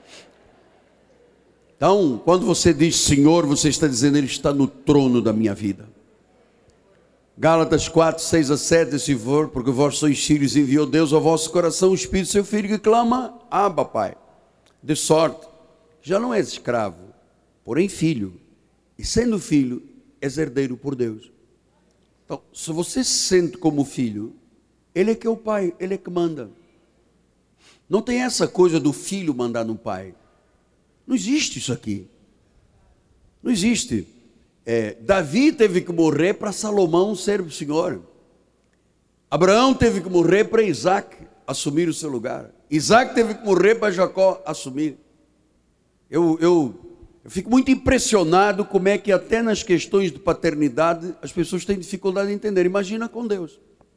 Speaker 1: Então, quando você diz Senhor, você está dizendo Ele está no trono da minha vida. Gálatas 4, 6 a 7, se for, porque vós sois filhos, enviou Deus ao vosso coração o Espírito do seu Filho que clama, Abba, Pai. De sorte, já não és escravo, porém filho. E sendo filho, és herdeiro por Deus. Então, se você se sente como filho, Ele é que é o pai, Ele é que manda. Não tem essa coisa do filho mandar no pai. Não existe isso aqui. Não existe. Davi teve que morrer para Salomão ser o Senhor. Abraão teve que morrer para Isaac assumir o seu lugar. Isaac teve que morrer para Jacó assumir. Eu fico muito impressionado como é que até nas questões de paternidade as pessoas têm dificuldade de entender. Imagina com Deus.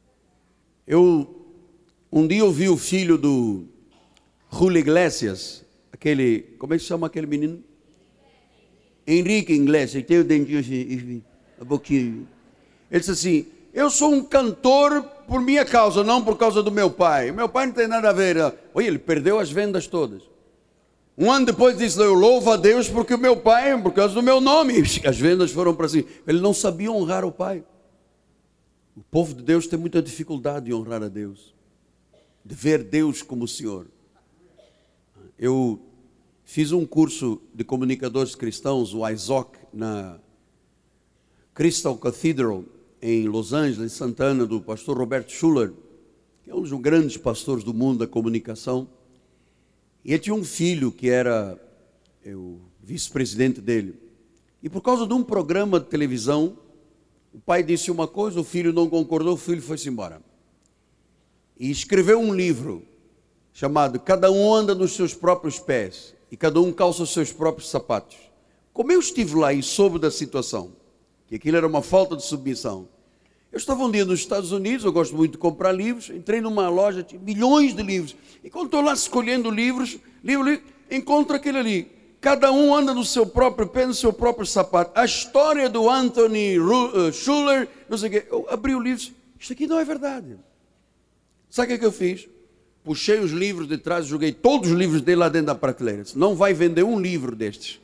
Speaker 1: Um dia ouvi o filho do Julio Iglesias, como é que se chama aquele menino? Henrique Iglesias, tem o dentinho assim, a boquinha. Ele disse assim, eu sou um cantor por minha causa, não por causa do meu pai. Meu pai não tem nada a ver. Olha, ele perdeu as vendas todas. Um ano depois disse, eu louvo a Deus porque o meu pai, por causa do meu nome. As vendas foram para cima. Ele não sabia honrar o pai. O povo de Deus tem muita dificuldade de honrar a Deus, de ver Deus como o Senhor. Eu fiz um curso de comunicadores cristãos, o ISOC, na Crystal Cathedral, em Los Angeles, em Santana, do pastor Roberto Schuller, que é um dos grandes pastores do mundo da comunicação. E ele tinha um filho que era o vice-presidente dele. E por causa de um programa de televisão, o pai disse uma coisa, o filho não concordou, o filho foi-se embora. E escreveu um livro chamado Cada um anda nos seus próprios pés e cada um calça os seus próprios sapatos. Como eu estive lá e soube da situação, que aquilo era uma falta de submissão, eu estava um dia nos Estados Unidos, eu gosto muito de comprar livros, entrei numa loja, tinha milhões de livros, e quando estou lá escolhendo livros, encontro aquele ali, cada um anda no seu próprio pé, no seu próprio sapato, a história do Anthony Schuller, não sei o quê. Eu abri o livro, isto aqui não é verdade. Sabe o que eu fiz? Puxei os livros de trás, joguei todos os livros dele lá dentro da prateleira, não vai vender um livro destes.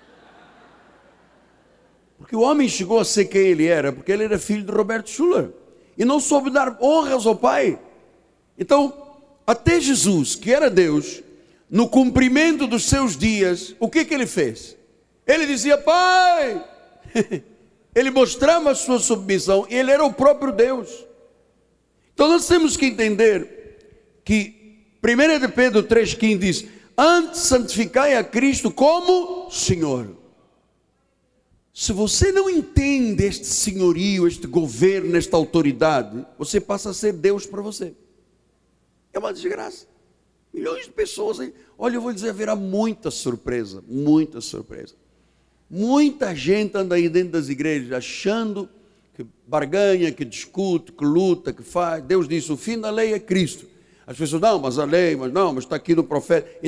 Speaker 1: Porque o homem chegou a ser quem ele era, porque ele era filho de Roberto Schuller. E não soube dar honras ao pai. Então, até Jesus, que era Deus, no cumprimento dos seus dias, o que ele fez? Ele dizia, pai! Ele mostrava a sua submissão, e ele era o próprio Deus. Então nós temos que entender que 1 de Pedro 3,15 diz, antes santificai a Cristo como Senhor. Se você não entende este senhorio, este governo, esta autoridade, você passa a ser Deus para você. É uma desgraça. Milhões de pessoas aí. Olha, eu vou dizer, haverá muita surpresa, muita surpresa. Muita gente anda aí dentro das igrejas achando que barganha, que discute, que luta, que faz. Deus disse, o fim da lei é Cristo. As pessoas, não, mas a lei, mas está aqui no profeta. Então,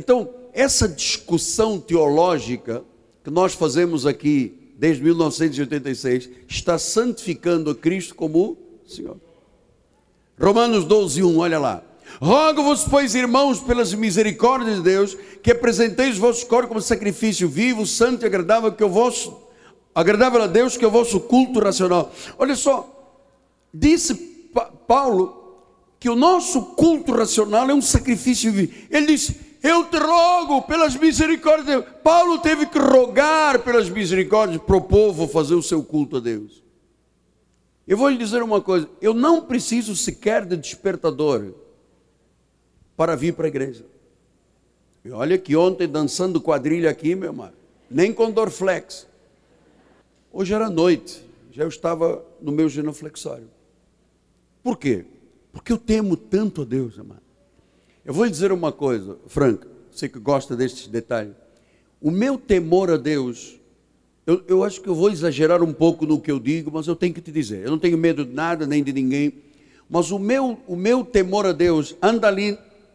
Speaker 1: essa discussão teológica que nós fazemos aqui desde 1986 está santificando a Cristo como Senhor. Romanos 12:1, olha lá. Rogo-vos, pois, irmãos, pelas misericórdias de Deus, que apresenteis os vossos corpos como sacrifício vivo, santo e agradável, agradável a Deus, que é o vosso culto racional. Olha só, disse Paulo que o nosso culto racional é um sacrifício vivo. Ele disse: eu te rogo pelas misericórdias de Deus. Paulo teve que rogar pelas misericórdias para o povo fazer o seu culto a Deus. Eu vou lhe dizer uma coisa: eu não preciso sequer de despertador para vir para a igreja. E olha que ontem dançando quadrilha aqui, meu irmão, nem com Dorflex. Hoje era noite, já eu estava no meu genuflexório. Por quê? Porque eu temo tanto a Deus, amado. Eu vou lhe dizer uma coisa, Franca, você que gosta destes detalhes. O meu temor a Deus, eu acho que eu vou exagerar um pouco no que eu digo, mas eu tenho que te dizer. Eu não tenho medo de nada, nem de ninguém. Mas o meu temor a Deus anda ali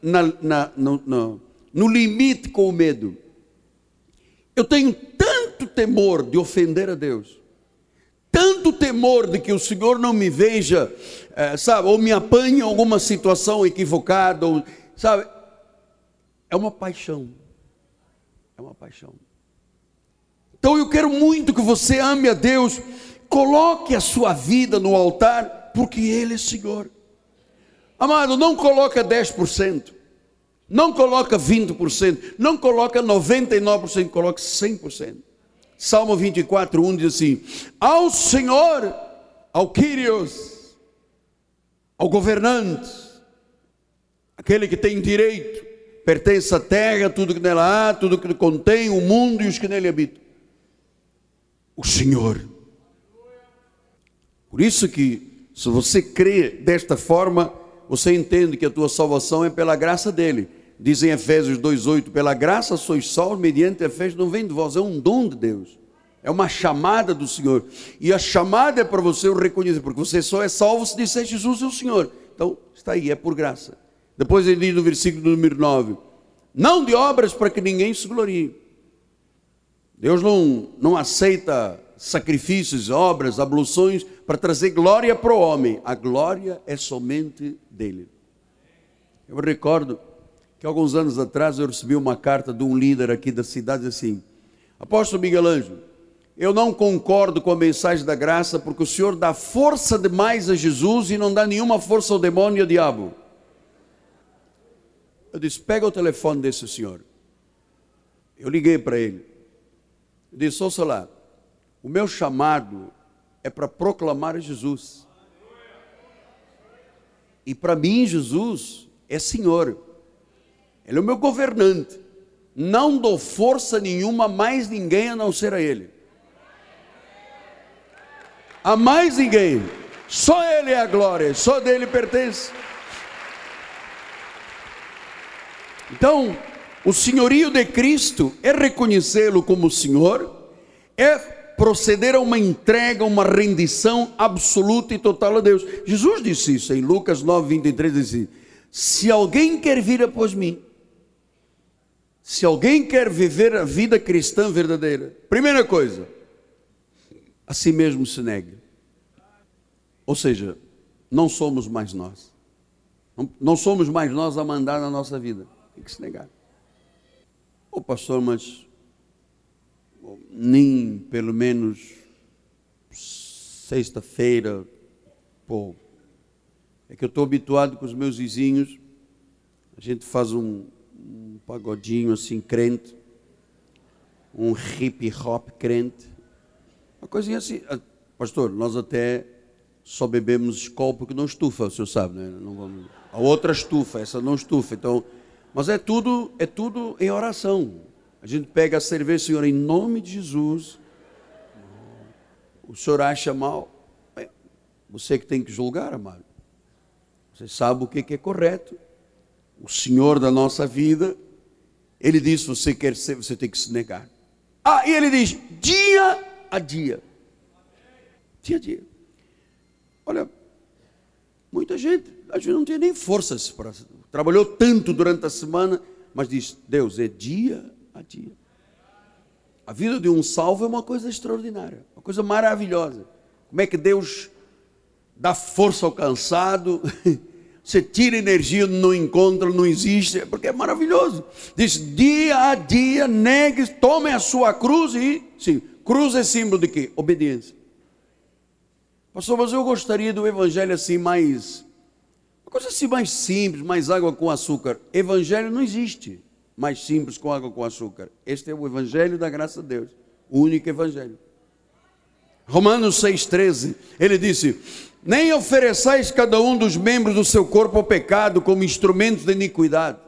Speaker 1: no limite com o medo. Eu tenho tanto temor de ofender a Deus, tanto temor de que o Senhor não me veja, sabe, ou me apanhe em alguma situação equivocada, ou, sabe, é uma paixão, Então eu quero muito que você ame a Deus, coloque a sua vida no altar, porque Ele é Senhor. Amado, não coloca 10%, não coloca 20%, não coloca 99%, coloque 100%. Salmo 24:1 diz assim: ao Senhor, ao Kyrios, ao governante, aquele que tem direito, pertence à terra, tudo que nela há, tudo que contém, o mundo e os que nele habitam. O Senhor. Por isso que, se você crê desta forma, você entende que a tua salvação é pela graça dele. Diz em Efésios 2:8, pela graça sois salvos mediante a fé, não vem de vós, é um dom de Deus, é uma chamada do Senhor, e a chamada é para você o reconhecer, porque você só é salvo se disser Jesus é o Senhor. Então está aí, é por graça. Depois ele diz no versículo número 9, não de obras para que ninguém se glorie. Deus não aceita sacrifícios, obras, abluções para trazer glória para o homem. A glória é somente dele. Eu me recordo que alguns anos atrás eu recebi uma carta de um líder aqui da cidade assim: apóstolo Miguel Ângelo, eu não concordo com a mensagem da graça, porque o senhor dá força demais a Jesus e não dá nenhuma força ao demônio e ao diabo. Eu disse: pega o telefone desse senhor. Eu liguei para ele. Eu disse: ouça lá, o meu chamado é para proclamar Jesus. E para mim Jesus é Senhor. Ele é o meu governante. Não dou força nenhuma a mais ninguém a não ser a Ele. A mais ninguém. Só Ele é a glória, só dele pertence. Então, o senhorio de Cristo é reconhecê-lo como Senhor, é proceder a uma entrega, uma rendição absoluta e total a Deus. Jesus disse isso em Lucas 9:23, disse: se alguém quer vir após mim, se alguém quer viver a vida cristã verdadeira, primeira coisa, a si mesmo se negue. Ou seja, não somos mais nós. Não somos mais nós a mandar na nossa vida. Tem que se negar. Ô pastor, mas nem pelo menos sexta-feira, é que eu estou habituado com os meus vizinhos, a gente faz um pagodinho assim crente, um hip hop crente, uma coisinha assim. Pastor, nós até só bebemos Skol porque não estufa, o senhor sabe, né? Não vamos... A outra estufa, essa não estufa, então... Mas é tudo em oração. A gente pega a cerveja, Senhor, em nome de Jesus. O senhor acha mal? Você que tem que julgar, amado. Você sabe o que é correto. O Senhor da nossa vida, Ele diz: você quer ser, você tem que se negar. E Ele diz: dia a dia. Dia a dia. Olha, muita gente, a gente não tem nem forças para... Trabalhou tanto durante a semana, Mas diz, Deus, é dia a dia. A vida de um salvo é uma coisa extraordinária, uma coisa maravilhosa. Como é que Deus dá força ao cansado, você tira energia, não encontra, não existe, porque é maravilhoso. Diz, dia a dia, negue, tome a sua cruz e, sim, cruz é símbolo de quê? Obediência. Pastor, mas eu gostaria do evangelho assim mais, uma coisa assim mais simples, mais água com açúcar. Evangelho não existe mais simples com água com açúcar. Este é o evangelho da graça de Deus, o único evangelho. Romanos 6,13, ele disse, nem ofereçais cada um dos membros do seu corpo ao pecado como instrumentos de iniquidade,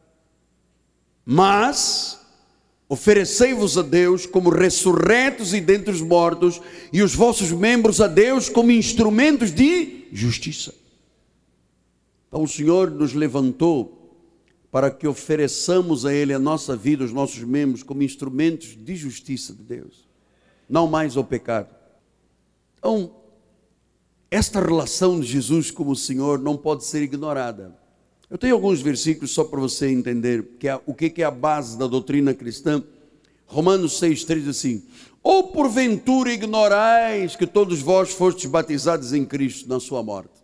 Speaker 1: mas oferecei-vos a Deus como ressurretos e dentre os mortos, e os vossos membros a Deus como instrumentos de justiça. Então o Senhor nos levantou para que ofereçamos a Ele a nossa vida, os nossos membros, como instrumentos de justiça de Deus, não mais ao pecado. Então, esta relação de Jesus como o Senhor não pode ser ignorada. Eu tenho alguns versículos só para você entender o que é a base da doutrina cristã. Romanos 6,3 diz assim, ou porventura ignorais que todos vós fostes batizados em Cristo na sua morte.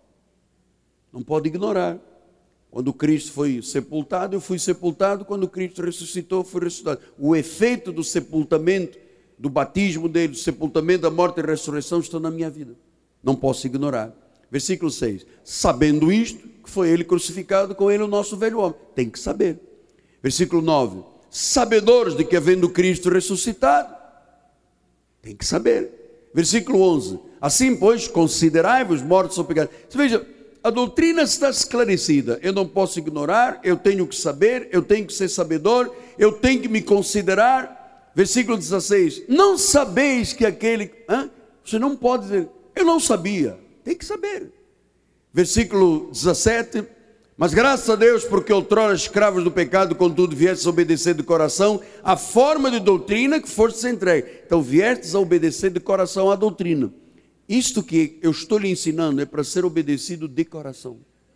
Speaker 1: Não pode ignorar. Quando Cristo foi sepultado, eu fui sepultado. Quando Cristo ressuscitou, eu fui ressuscitado. O efeito do sepultamento, do batismo dele, do sepultamento, da morte e ressurreição estão na minha vida. Não posso ignorar. Versículo 6. Sabendo isto, que foi ele crucificado, com ele o nosso velho homem. Tem que saber. Versículo 9. Sabedores de que havendo Cristo ressuscitado, tem que saber. Versículo 11. Assim, pois, considerai-vos mortos ao pecado. Você veja, a doutrina está esclarecida. Eu não posso ignorar, eu tenho que saber, eu tenho que ser sabedor, eu tenho que me considerar. Versículo 16. Não sabeis que aquele... Você não pode dizer, eu não sabia. Tem que saber. Versículo 17. Mas graças a Deus, porque outrora escravos do pecado, contudo viestes a obedecer de coração a forma de doutrina que fostes entregue. Então viestes a obedecer de coração à doutrina. Isto que eu estou lhe ensinando é para ser obedecido de coração.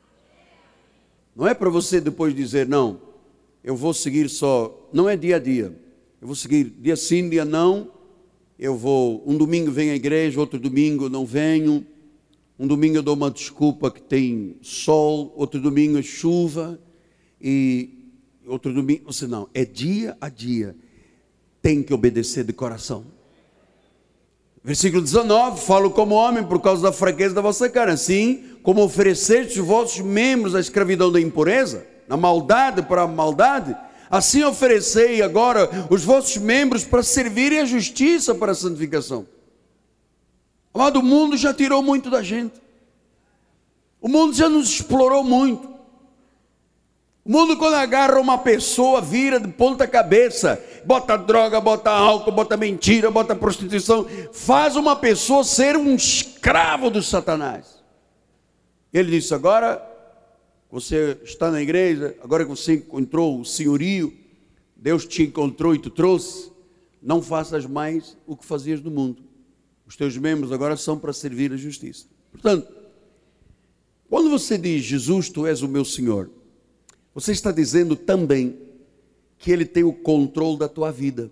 Speaker 1: Não é para você depois dizer, não, eu vou seguir só, não é dia a dia. Eu vou seguir dia sim, dia não. Eu vou, um domingo venho à igreja, outro domingo não venho. Um domingo eu dou uma desculpa que tem sol, outro domingo é chuva. E outro domingo, você não, é dia a dia. Tem que obedecer de coração. Versículo 19, falo como homem por causa da fraqueza da vossa carne. Assim como oferecestes os vossos membros à escravidão da impureza, na maldade para a maldade, assim oferecei agora os vossos membros para servirem a justiça para a santificação. Amado, o mundo já tirou muito da gente. O mundo já nos explorou muito. O mundo, quando agarra uma pessoa, vira de ponta cabeça, bota droga, bota álcool, bota mentira, bota prostituição, faz uma pessoa ser um escravo do Satanás. Ele disse, agora você está na igreja, agora que você encontrou o senhorio, Deus te encontrou e te trouxe, não faças mais o que fazias no mundo. Os teus membros agora são para servir a justiça. Portanto, quando você diz, Jesus, tu és o meu Senhor, você está dizendo também que Ele tem o controle da tua vida.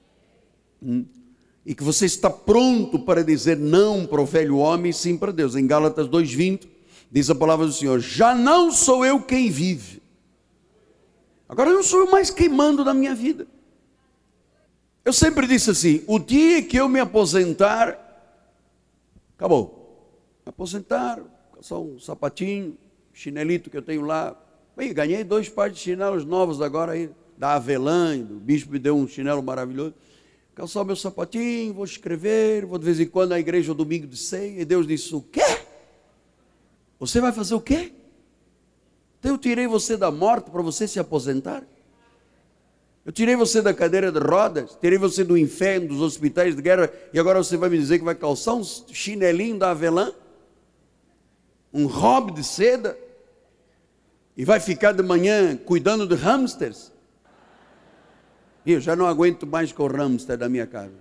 Speaker 1: E que você está pronto para dizer não para o velho homem e sim para Deus. Em Gálatas 2:20, diz a palavra do Senhor, já não sou eu quem vive. Agora não sou eu mais quem mando na minha vida. Eu sempre disse assim, o dia que eu me aposentar, acabou. Me aposentar, só um sapatinho, chinelito que eu tenho lá. Bem, ganhei 2 pares de chinelos novos agora aí, da Avelã, o bispo me deu um chinelo maravilhoso. Calçar o meu sapatinho, vou escrever, vou de vez em quando na igreja, domingo de ceia, e Deus disse, o quê? Você vai fazer o quê? Então eu tirei você da morte para você se aposentar? Eu tirei você da cadeira de rodas, tirei você do inferno, dos hospitais de guerra, e agora você vai me dizer que vai calçar um chinelinho da Avelã? Um hobby de seda? E vai ficar de manhã cuidando de hamsters? E eu já não aguento mais com o hamster da minha casa.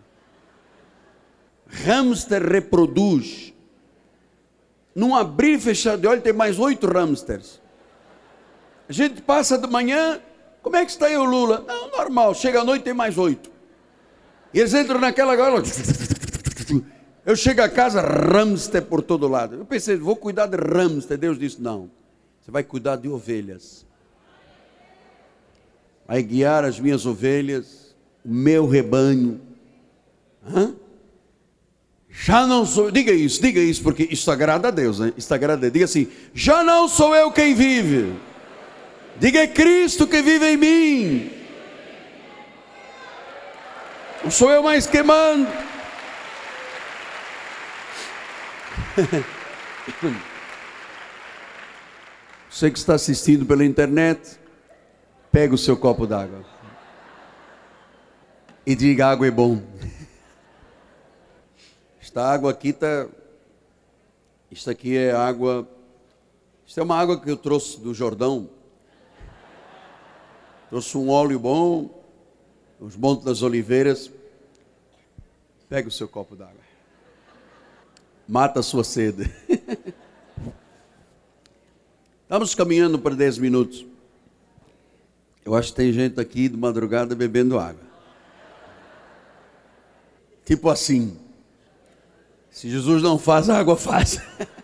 Speaker 1: Hamster reproduz. Num abrir e fechar de olho tem mais 8 hamsters. A gente passa de manhã Como é que está aí o Lula? Não, normal, chega à noite tem mais 8. E eles entram naquela gaiola. Eu chego a casa, hamster por todo lado. Eu pensei, vou cuidar de hamster. Deus disse, não, você vai cuidar de ovelhas. Vai guiar as minhas ovelhas, o meu rebanho. Já não sou, diga isso, porque isso agrada a Deus, né? Isso agrada a Deus. Diga assim, já não sou eu quem vive. Diga, é Cristo que vive em mim. Não sou eu mais que mando. Você que está assistindo pela internet, pega o seu copo d'água e diga, água é bom. Esta água aqui está... Isto aqui é água... Isto é uma água que eu trouxe do Jordão. Trouxe um óleo bom, os Montes das Oliveiras. Pega o seu copo d'água. Mata a sua sede. Estamos caminhando para 10 minutos. Eu acho que tem gente aqui de madrugada bebendo água. Tipo assim. Se Jesus não faz, a água faz.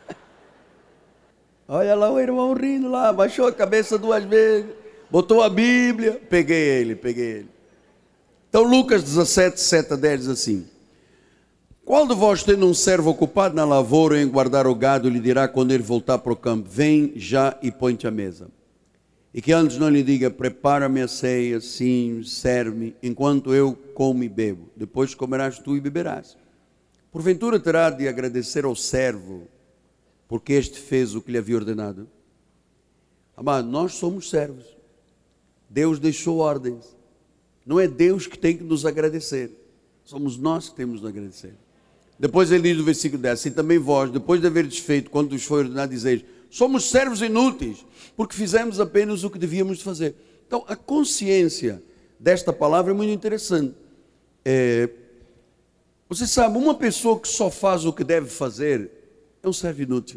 Speaker 1: Olha lá o irmão rindo lá, baixou a cabeça 2 vezes, botou a Bíblia, peguei ele. Então Lucas 17, 7 a 10 diz assim: qual de vós tendo um servo ocupado na lavoura em guardar o gado, lhe dirá quando ele voltar para o campo, vem já e põe-te à mesa? E que antes não lhe diga, prepara-me a ceia, sim, serve-me, enquanto eu como e bebo. Depois comerás tu e beberás. Porventura terá de agradecer ao servo, porque este fez o que lhe havia ordenado? Amado, nós somos servos. Deus deixou ordens. Não é Deus que tem que nos agradecer. Somos nós que temos de agradecer. Depois ele diz no versículo 10, assim também vós, depois de haver desfeito, quando vos foi ordenado, dizeis, somos servos inúteis, porque fizemos apenas o que devíamos fazer. Então, a consciência desta palavra é muito interessante. Você sabe, uma pessoa que só faz o que deve fazer é um servo inútil.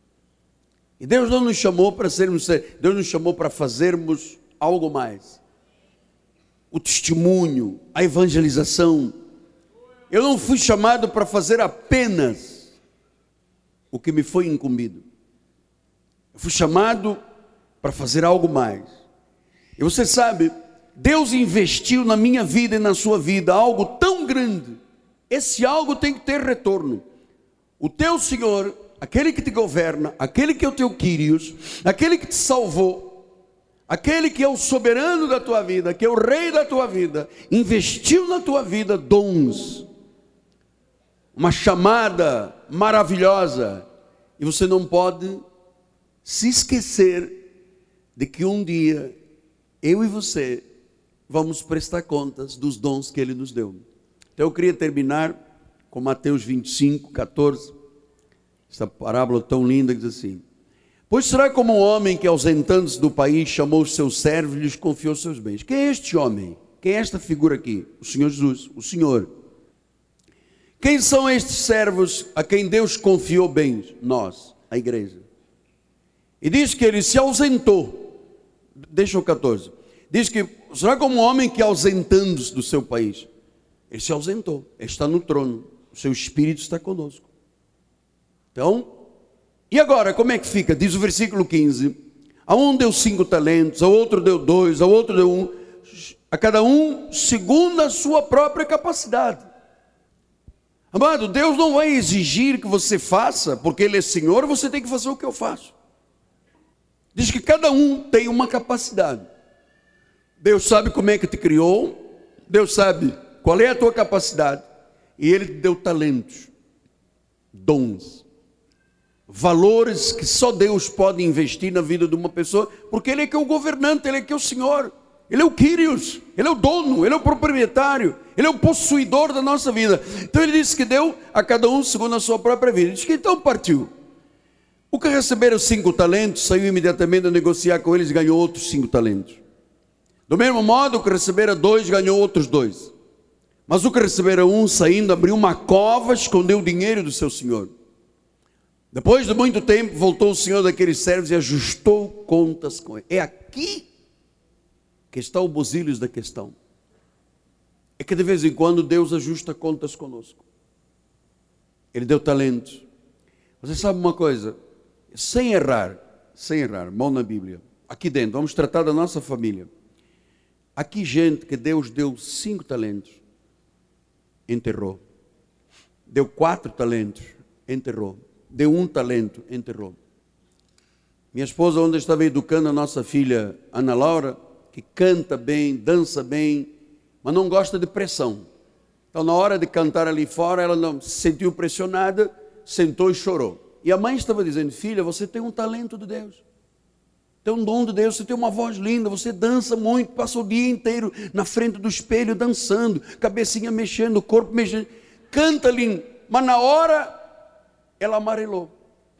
Speaker 1: E Deus não nos chamou para sermos, Deus nos chamou para fazermos algo mais. O testemunho, a evangelização. Eu não fui chamado para fazer apenas o que me foi incumbido. Eu fui chamado para fazer algo mais. E você sabe, Deus investiu na minha vida e na sua vida algo tão grande. Esse algo tem que ter retorno. O teu Senhor, aquele que te governa, aquele que é o teu Quírios, aquele que te salvou, aquele que é o soberano da tua vida, que é o rei da tua vida, investiu na tua vida dons, uma chamada maravilhosa, e você não pode se esquecer de que um dia eu e você vamos prestar contas dos dons que Ele nos deu. Então eu queria terminar com Mateus 25, 14, essa parábola tão linda que diz assim: pois será como um homem que, ausentando-se do país, chamou os seus servos e lhes confiou seus bens. Quem é este homem? Quem é esta figura aqui? O Senhor Jesus, o Senhor. Quem são estes servos a quem Deus confiou bens? Nós, a igreja. E diz que ele se ausentou. Deixa o 14. Diz que será como um homem que, ausentando-se do seu país, ele se ausentou, ele está no trono, o seu Espírito está conosco. Então, e agora como é que fica? Diz o versículo 15, a um deu 5 talentos, a outro deu 2, a outro deu 1, a cada um segundo a sua própria capacidade. Amado, Deus não vai exigir que você faça, porque Ele é Senhor, você tem que fazer o que eu faço. Diz que cada um tem uma capacidade. Deus sabe como é que te criou, Deus sabe qual é a tua capacidade, e Ele te deu talentos, dons, valores que só Deus pode investir na vida de uma pessoa, porque Ele é que é o governante, Ele é que é o Senhor, Ele é o Quírios, Ele é o dono, Ele é o proprietário, Ele é o possuidor da nossa vida. Então Ele disse que deu a cada um segundo a sua própria vida. Diz que então partiu. O que receberam 5 talentos, saiu imediatamente a negociar com eles e ganhou outros 5 talentos. Do mesmo modo, o que recebera 2, ganhou outros 2. Mas o que recebera 1, saindo, abriu uma cova, escondeu o dinheiro do seu senhor. Depois de muito tempo, voltou o senhor daqueles servos e ajustou contas com ele. É aqui que está o buzilis da questão é que de vez em quando Deus ajusta contas conosco. Ele deu talentos. Você sabe uma coisa? Sem errar, mão na Bíblia, aqui dentro, vamos tratar da nossa família. Aqui gente que Deus deu 5 talentos, enterrou. Deu 4 talentos, enterrou. Deu 1 talento, enterrou. Minha esposa, onde estava educando a nossa filha Ana Laura, que canta bem, dança bem, mas não gosta de pressão. Então, na hora de cantar ali fora, ela não se sentiu pressionada, sentou e chorou. E a mãe estava dizendo: filha, você tem um talento de Deus, tem um dom de Deus, você tem uma voz linda, você dança muito, passa o dia inteiro na frente do espelho dançando, cabecinha mexendo, corpo mexendo, canta lindo, mas na hora ela amarelou.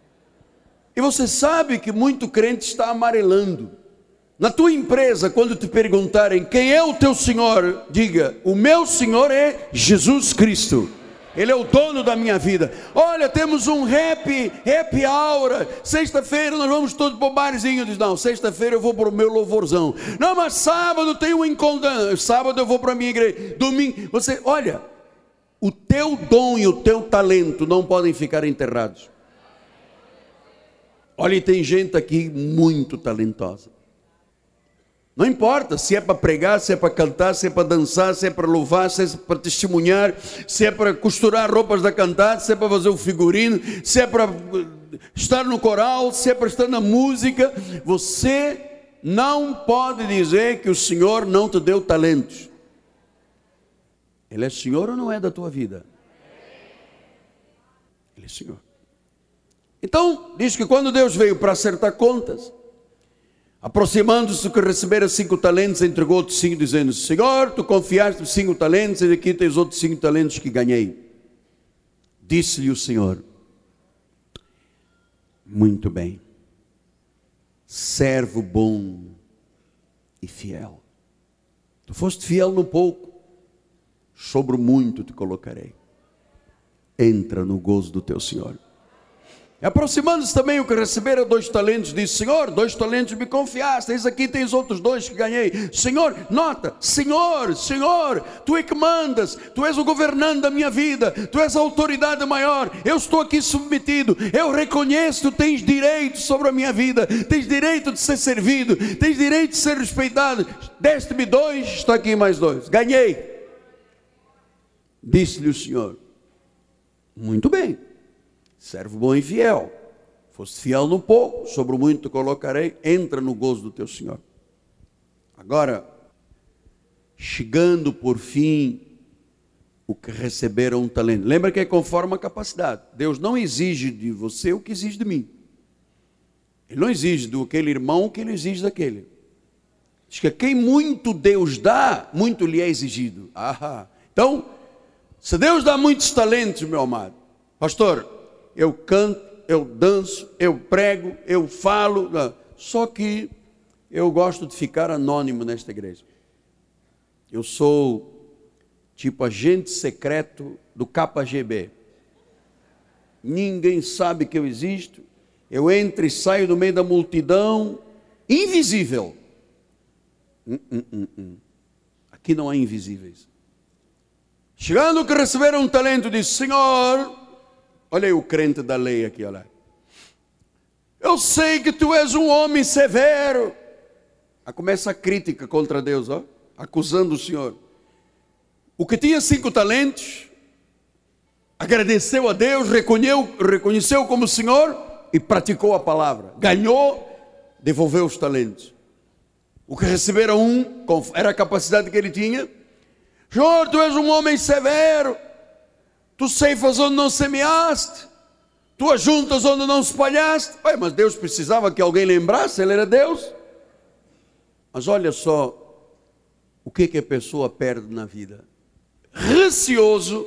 Speaker 1: E você sabe que muito crente está amarelando. Na tua empresa, quando te perguntarem quem é o teu Senhor, diga: o meu Senhor é Jesus Cristo. Ele é o dono da minha vida. Olha, temos um happy hour. Sexta-feira nós vamos todos para o barzinho. Diz: não, sexta-feira eu vou para o meu louvorzão. Não, mas sábado tem um encontro. Sábado eu vou para a minha igreja. Domingo, você, olha, o teu dom e o teu talento não podem ficar enterrados. Olha, e tem gente aqui muito talentosa. Não importa se é para pregar, se é para cantar, se é para dançar, se é para louvar, se é para testemunhar, se é para costurar roupas da cantada, se é para fazer o figurino, se é para estar no coral, se é para estar na música. Você não pode dizer que o Senhor não te deu talentos. Ele é Senhor ou não é da tua vida? Ele é Senhor. Então, diz que quando Deus veio para acertar contas, aproximando-se do que recebera 5 talentos, entregou outros 5, dizendo: Senhor, tu confiaste 5 talentos, e aqui tens outros 5 talentos que ganhei. Disse-lhe o Senhor: muito bem, servo bom e fiel. Tu foste fiel no pouco, sobre o muito te colocarei. Entra no gozo do teu Senhor. E aproximando-se também o que recebera 2 talentos, disse: Senhor, 2 talentos me confiaste, eis aqui tens outros 2 que ganhei. Senhor, nota, Senhor, tu é que mandas, tu és o governante da minha vida, tu és a autoridade maior, eu estou aqui submetido, eu reconheço que tu tens direito sobre a minha vida, tens direito de ser servido, tens direito de ser respeitado. Deste-me 2, está aqui mais 2, ganhei. Disse-lhe o Senhor: muito bem, servo bom e fiel, foste fiel no pouco, sobre o muito te colocarei, entra no gozo do teu Senhor. Agora, chegando por fim o que receberam um talento. Lembra que é conforme a capacidade. Deus não exige de você o que exige de mim. Ele não exige do aquele irmão o que ele exige daquele. Diz que a quem muito Deus dá, muito lhe é exigido. Então, se Deus dá muitos talentos, meu amado, pastor, eu canto, eu danço, eu prego, eu falo, só que eu gosto de ficar anônimo nesta igreja. Eu sou tipo agente secreto do KGB. Ninguém sabe que eu existo. Eu entro e saio no meio da multidão, invisível. Aqui não há invisíveis. Chegando que receberam um talento, disse: Senhor, olha aí o crente da lei aqui, olha. Eu sei que tu és um homem severo. Aí começa a crítica contra Deus, ó, acusando o Senhor. O que tinha 5 talentos, agradeceu a Deus, reconheceu como Senhor e praticou a palavra. Ganhou, devolveu os talentos. O que recebera 1, era a capacidade que ele tinha. Senhor, tu és um homem severo. Tu ceifas onde não semeaste, tu ajuntas onde não espalhaste. Mas Deus precisava que alguém lembrasse, Ele era Deus. Mas olha só, o que a pessoa perde na vida? Receoso,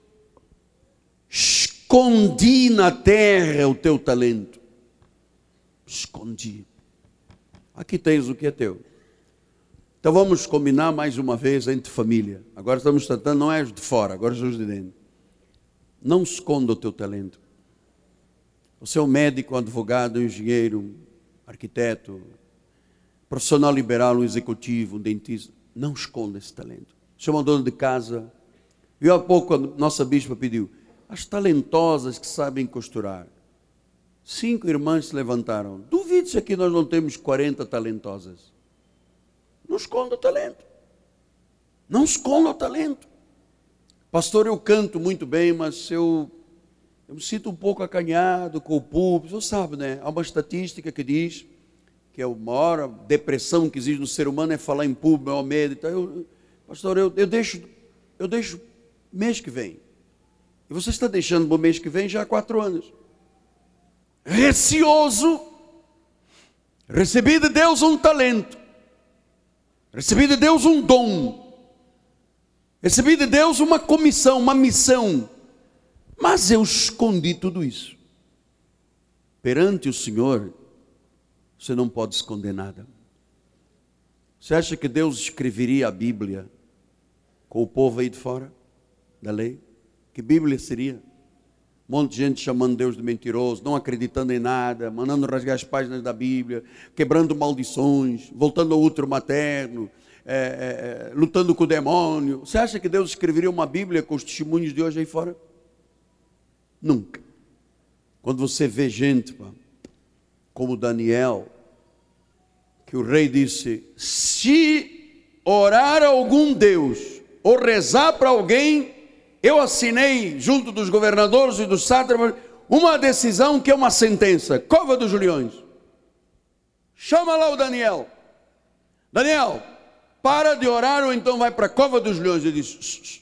Speaker 1: escondi na terra o teu talento. Escondi. Aqui tens o que é teu. Então vamos combinar mais uma vez entre família. Agora estamos tratando, não é os de fora, agora são os de dentro. Não esconda o teu talento. Você é um médico, um advogado, um engenheiro, um arquiteto, profissional liberal, um executivo, um dentista. Não esconda esse talento. Chama a dona de casa. Viu há pouco a nossa bispa pediu, as talentosas que sabem costurar. 5 irmãs se levantaram. Duvido se aqui nós não temos 40 talentosas. Não esconda o talento. Não esconda o talento. Pastor, eu canto muito bem, mas eu me sinto um pouco acanhado com o público. Você sabe, né? Há uma estatística que diz que a maior depressão que existe no ser humano é falar em público, é o medo. Então, pastor, eu deixo mês que vem. E você está deixando para o mês que vem já há 4 anos. Receoso. Recebi de Deus um talento. Recebi de Deus um dom. Recebi de Deus uma comissão, uma missão. Mas eu escondi tudo isso. Perante o Senhor, você não pode esconder nada. Você acha que Deus escreveria a Bíblia com o povo aí de fora da lei? Que Bíblia seria? Um monte de gente chamando Deus de mentiroso, não acreditando em nada, mandando rasgar as páginas da Bíblia, quebrando maldições, voltando ao útero materno, lutando com o demônio. Você acha que Deus escreveria uma Bíblia com os testemunhos de hoje aí fora? Nunca. Quando você vê gente como Daniel, que o rei disse, se orar a algum Deus, ou rezar para alguém, eu assinei junto dos governadores e dos sátrapas uma decisão que é uma sentença, cova dos leões. Chama lá o Daniel. Daniel, para de orar ou então vai para a cova dos leões. Ele diz,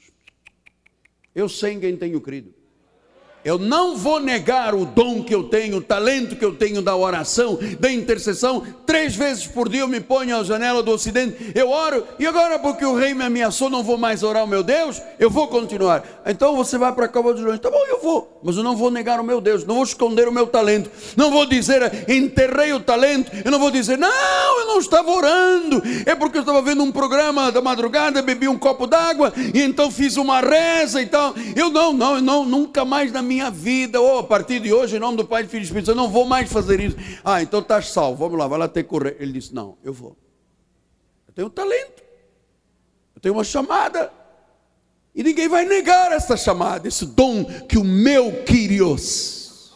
Speaker 1: eu sei em quem tenho crido. Eu não vou negar o dom que eu tenho, o talento que eu tenho da oração, da intercessão. 3 vezes por dia eu me ponho à janela do ocidente, eu oro, e agora porque o rei me ameaçou, não vou mais orar ao meu Deus, eu vou continuar. Então você vai para a cova dos leões. Tá bom, eu vou, mas eu não vou negar o meu Deus, não vou esconder o meu talento, não vou dizer, enterrei o talento, eu não vou dizer, não, eu não estava orando, é porque eu estava vendo um programa da madrugada, bebi um copo d'água, e então fiz uma reza e tal. Eu não, nunca mais na minha vida, a partir de hoje, em nome do Pai, do Filho e do Espírito Santo, eu não vou mais fazer isso. Então estás salvo, vamos lá, vai lá ter que correr. Ele disse, não, eu vou. Eu tenho um talento, eu tenho uma chamada, e ninguém vai negar essa chamada, esse dom que o meu Kyrios.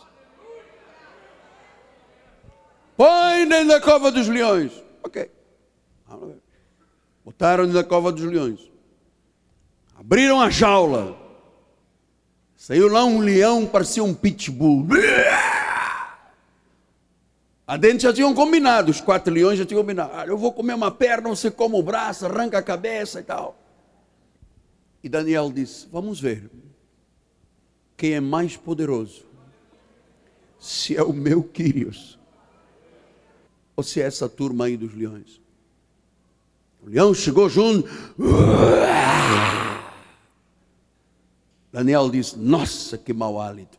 Speaker 1: Põe dentro da cova dos leões. Ok. Botaram dentro da cova dos leões. Abriram a jaula. Saiu lá um leão, parecia um pitbull. Adentro já tinham combinado, os 4 leões já tinham combinado. Eu vou comer uma perna, você come o braço, arranca a cabeça e tal. E Daniel disse, vamos ver quem é mais poderoso. Se é o meu Kyrios, ou se é essa turma aí dos leões. O leão chegou junto. Daniel disse, nossa, que mau hálito.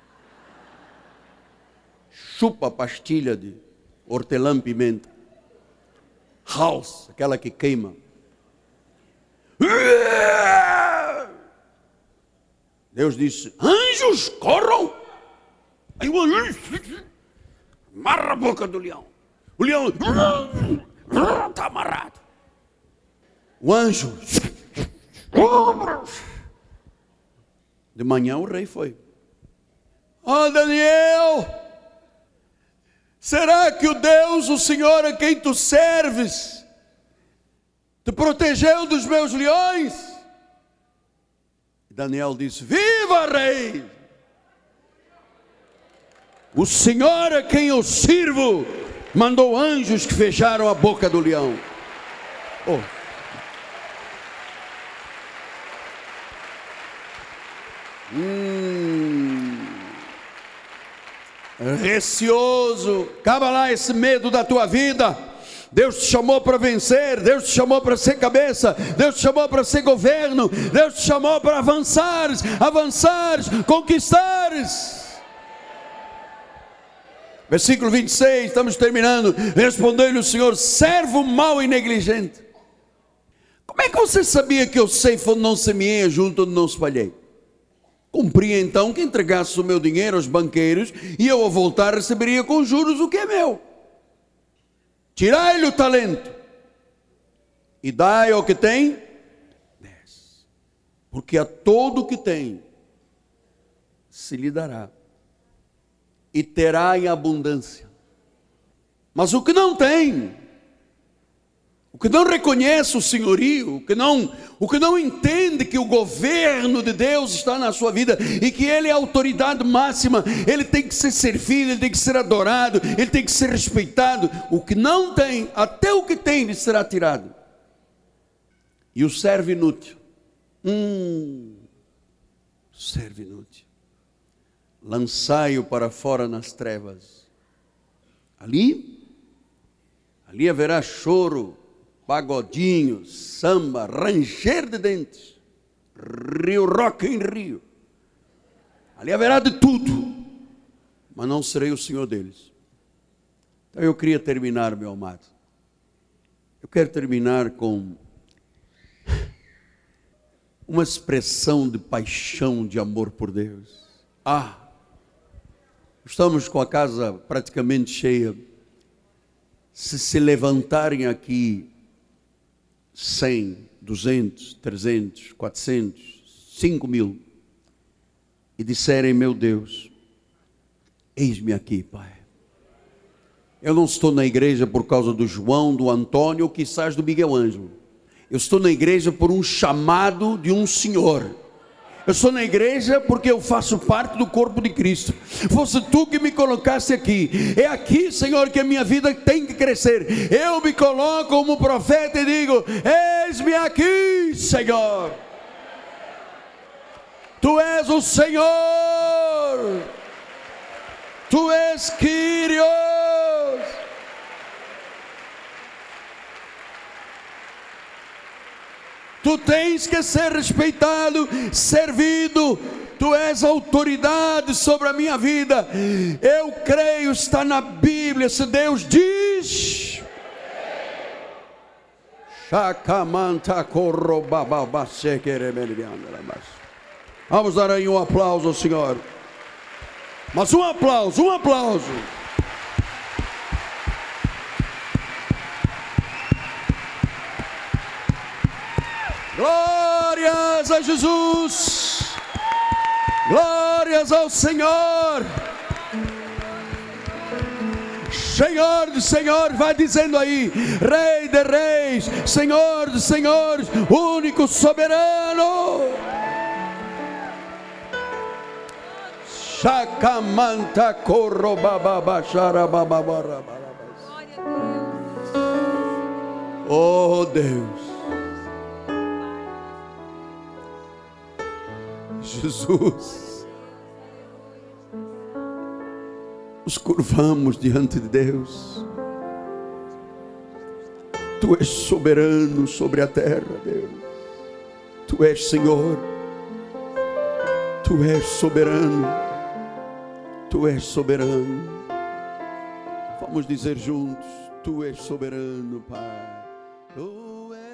Speaker 1: Chupa a pastilha de hortelã-pimenta. House, aquela que queima. Deus disse, anjos, corram. Aí o anjo amarra a boca do leão. O leão está amarrado. O anjo... De manhã o rei foi. Daniel, será que o Deus, o Senhor a quem tu serves, te protegeu dos meus leões? Daniel disse, viva rei! O Senhor a quem eu sirvo, mandou anjos que fecharam a boca do leão. Receoso, acaba lá esse medo da tua vida. Deus te chamou para vencer, Deus te chamou para ser cabeça, Deus te chamou para ser governo, Deus te chamou para avançares, conquistares. Versículo 26, estamos terminando. Respondeu-lhe o Senhor, servo mau e negligente, como é que você sabia que eu ceifo onde não semeei, junto onde não espalhei? Cumpria então que entregasse o meu dinheiro aos banqueiros, e eu ao voltar receberia com juros o que é meu. tirai-lhe o talento e dai ao que tem 10. Porque a todo o que tem se lhe dará, e terá em abundância. Mas o que não tem, o que não reconhece o senhorio, o que não entende que o governo de Deus está na sua vida e que Ele é a autoridade máxima, Ele tem que ser servido, Ele tem que ser adorado, Ele tem que ser respeitado. O que não tem, até o que tem lhe será tirado. E o servo inútil, servo inútil, lançai-o para fora nas trevas. Ali haverá choro, pagodinho, samba, ranger de dentes, rio, rock em rio. Ali haverá de tudo, mas não serei o Senhor deles. Então eu queria terminar, meu amado. Eu quero terminar com uma expressão de paixão, de amor por Deus. Estamos com a casa praticamente cheia. Se levantarem aqui 100, 200, 300, 400, 5 mil e disserem: meu Deus, eis-me aqui, Pai. Eu não estou na igreja por causa do João, do Antônio ou quizás do Miguel Ângelo. Eu estou na igreja por um chamado de um Senhor. Eu estou na igreja porque eu faço parte do corpo de Cristo. Fosse tu que me colocasse aqui. É aqui, Senhor, que a minha vida tem que crescer. Eu me coloco como profeta e digo: eis-me aqui, Senhor. Tu és o Senhor. Tu és Kyrios. Tu tens que ser respeitado, servido. Tu és autoridade sobre a minha vida. Eu creio, está na Bíblia. Se Deus diz, vamos dar aí um aplauso ao Senhor. Mas um aplauso. Glórias a Jesus, glórias ao Senhor. Senhor de senhores, vai dizendo aí: Rei de reis, Senhor de senhores, único soberano. Chacamanta corro bababachara bababarabara. Oh Deus, Jesus, nos curvamos diante de Deus. Tu és soberano sobre a terra, Deus. Tu és Senhor. Tu és soberano. Tu és soberano. Vamos dizer juntos: Tu és soberano, Pai. Tu és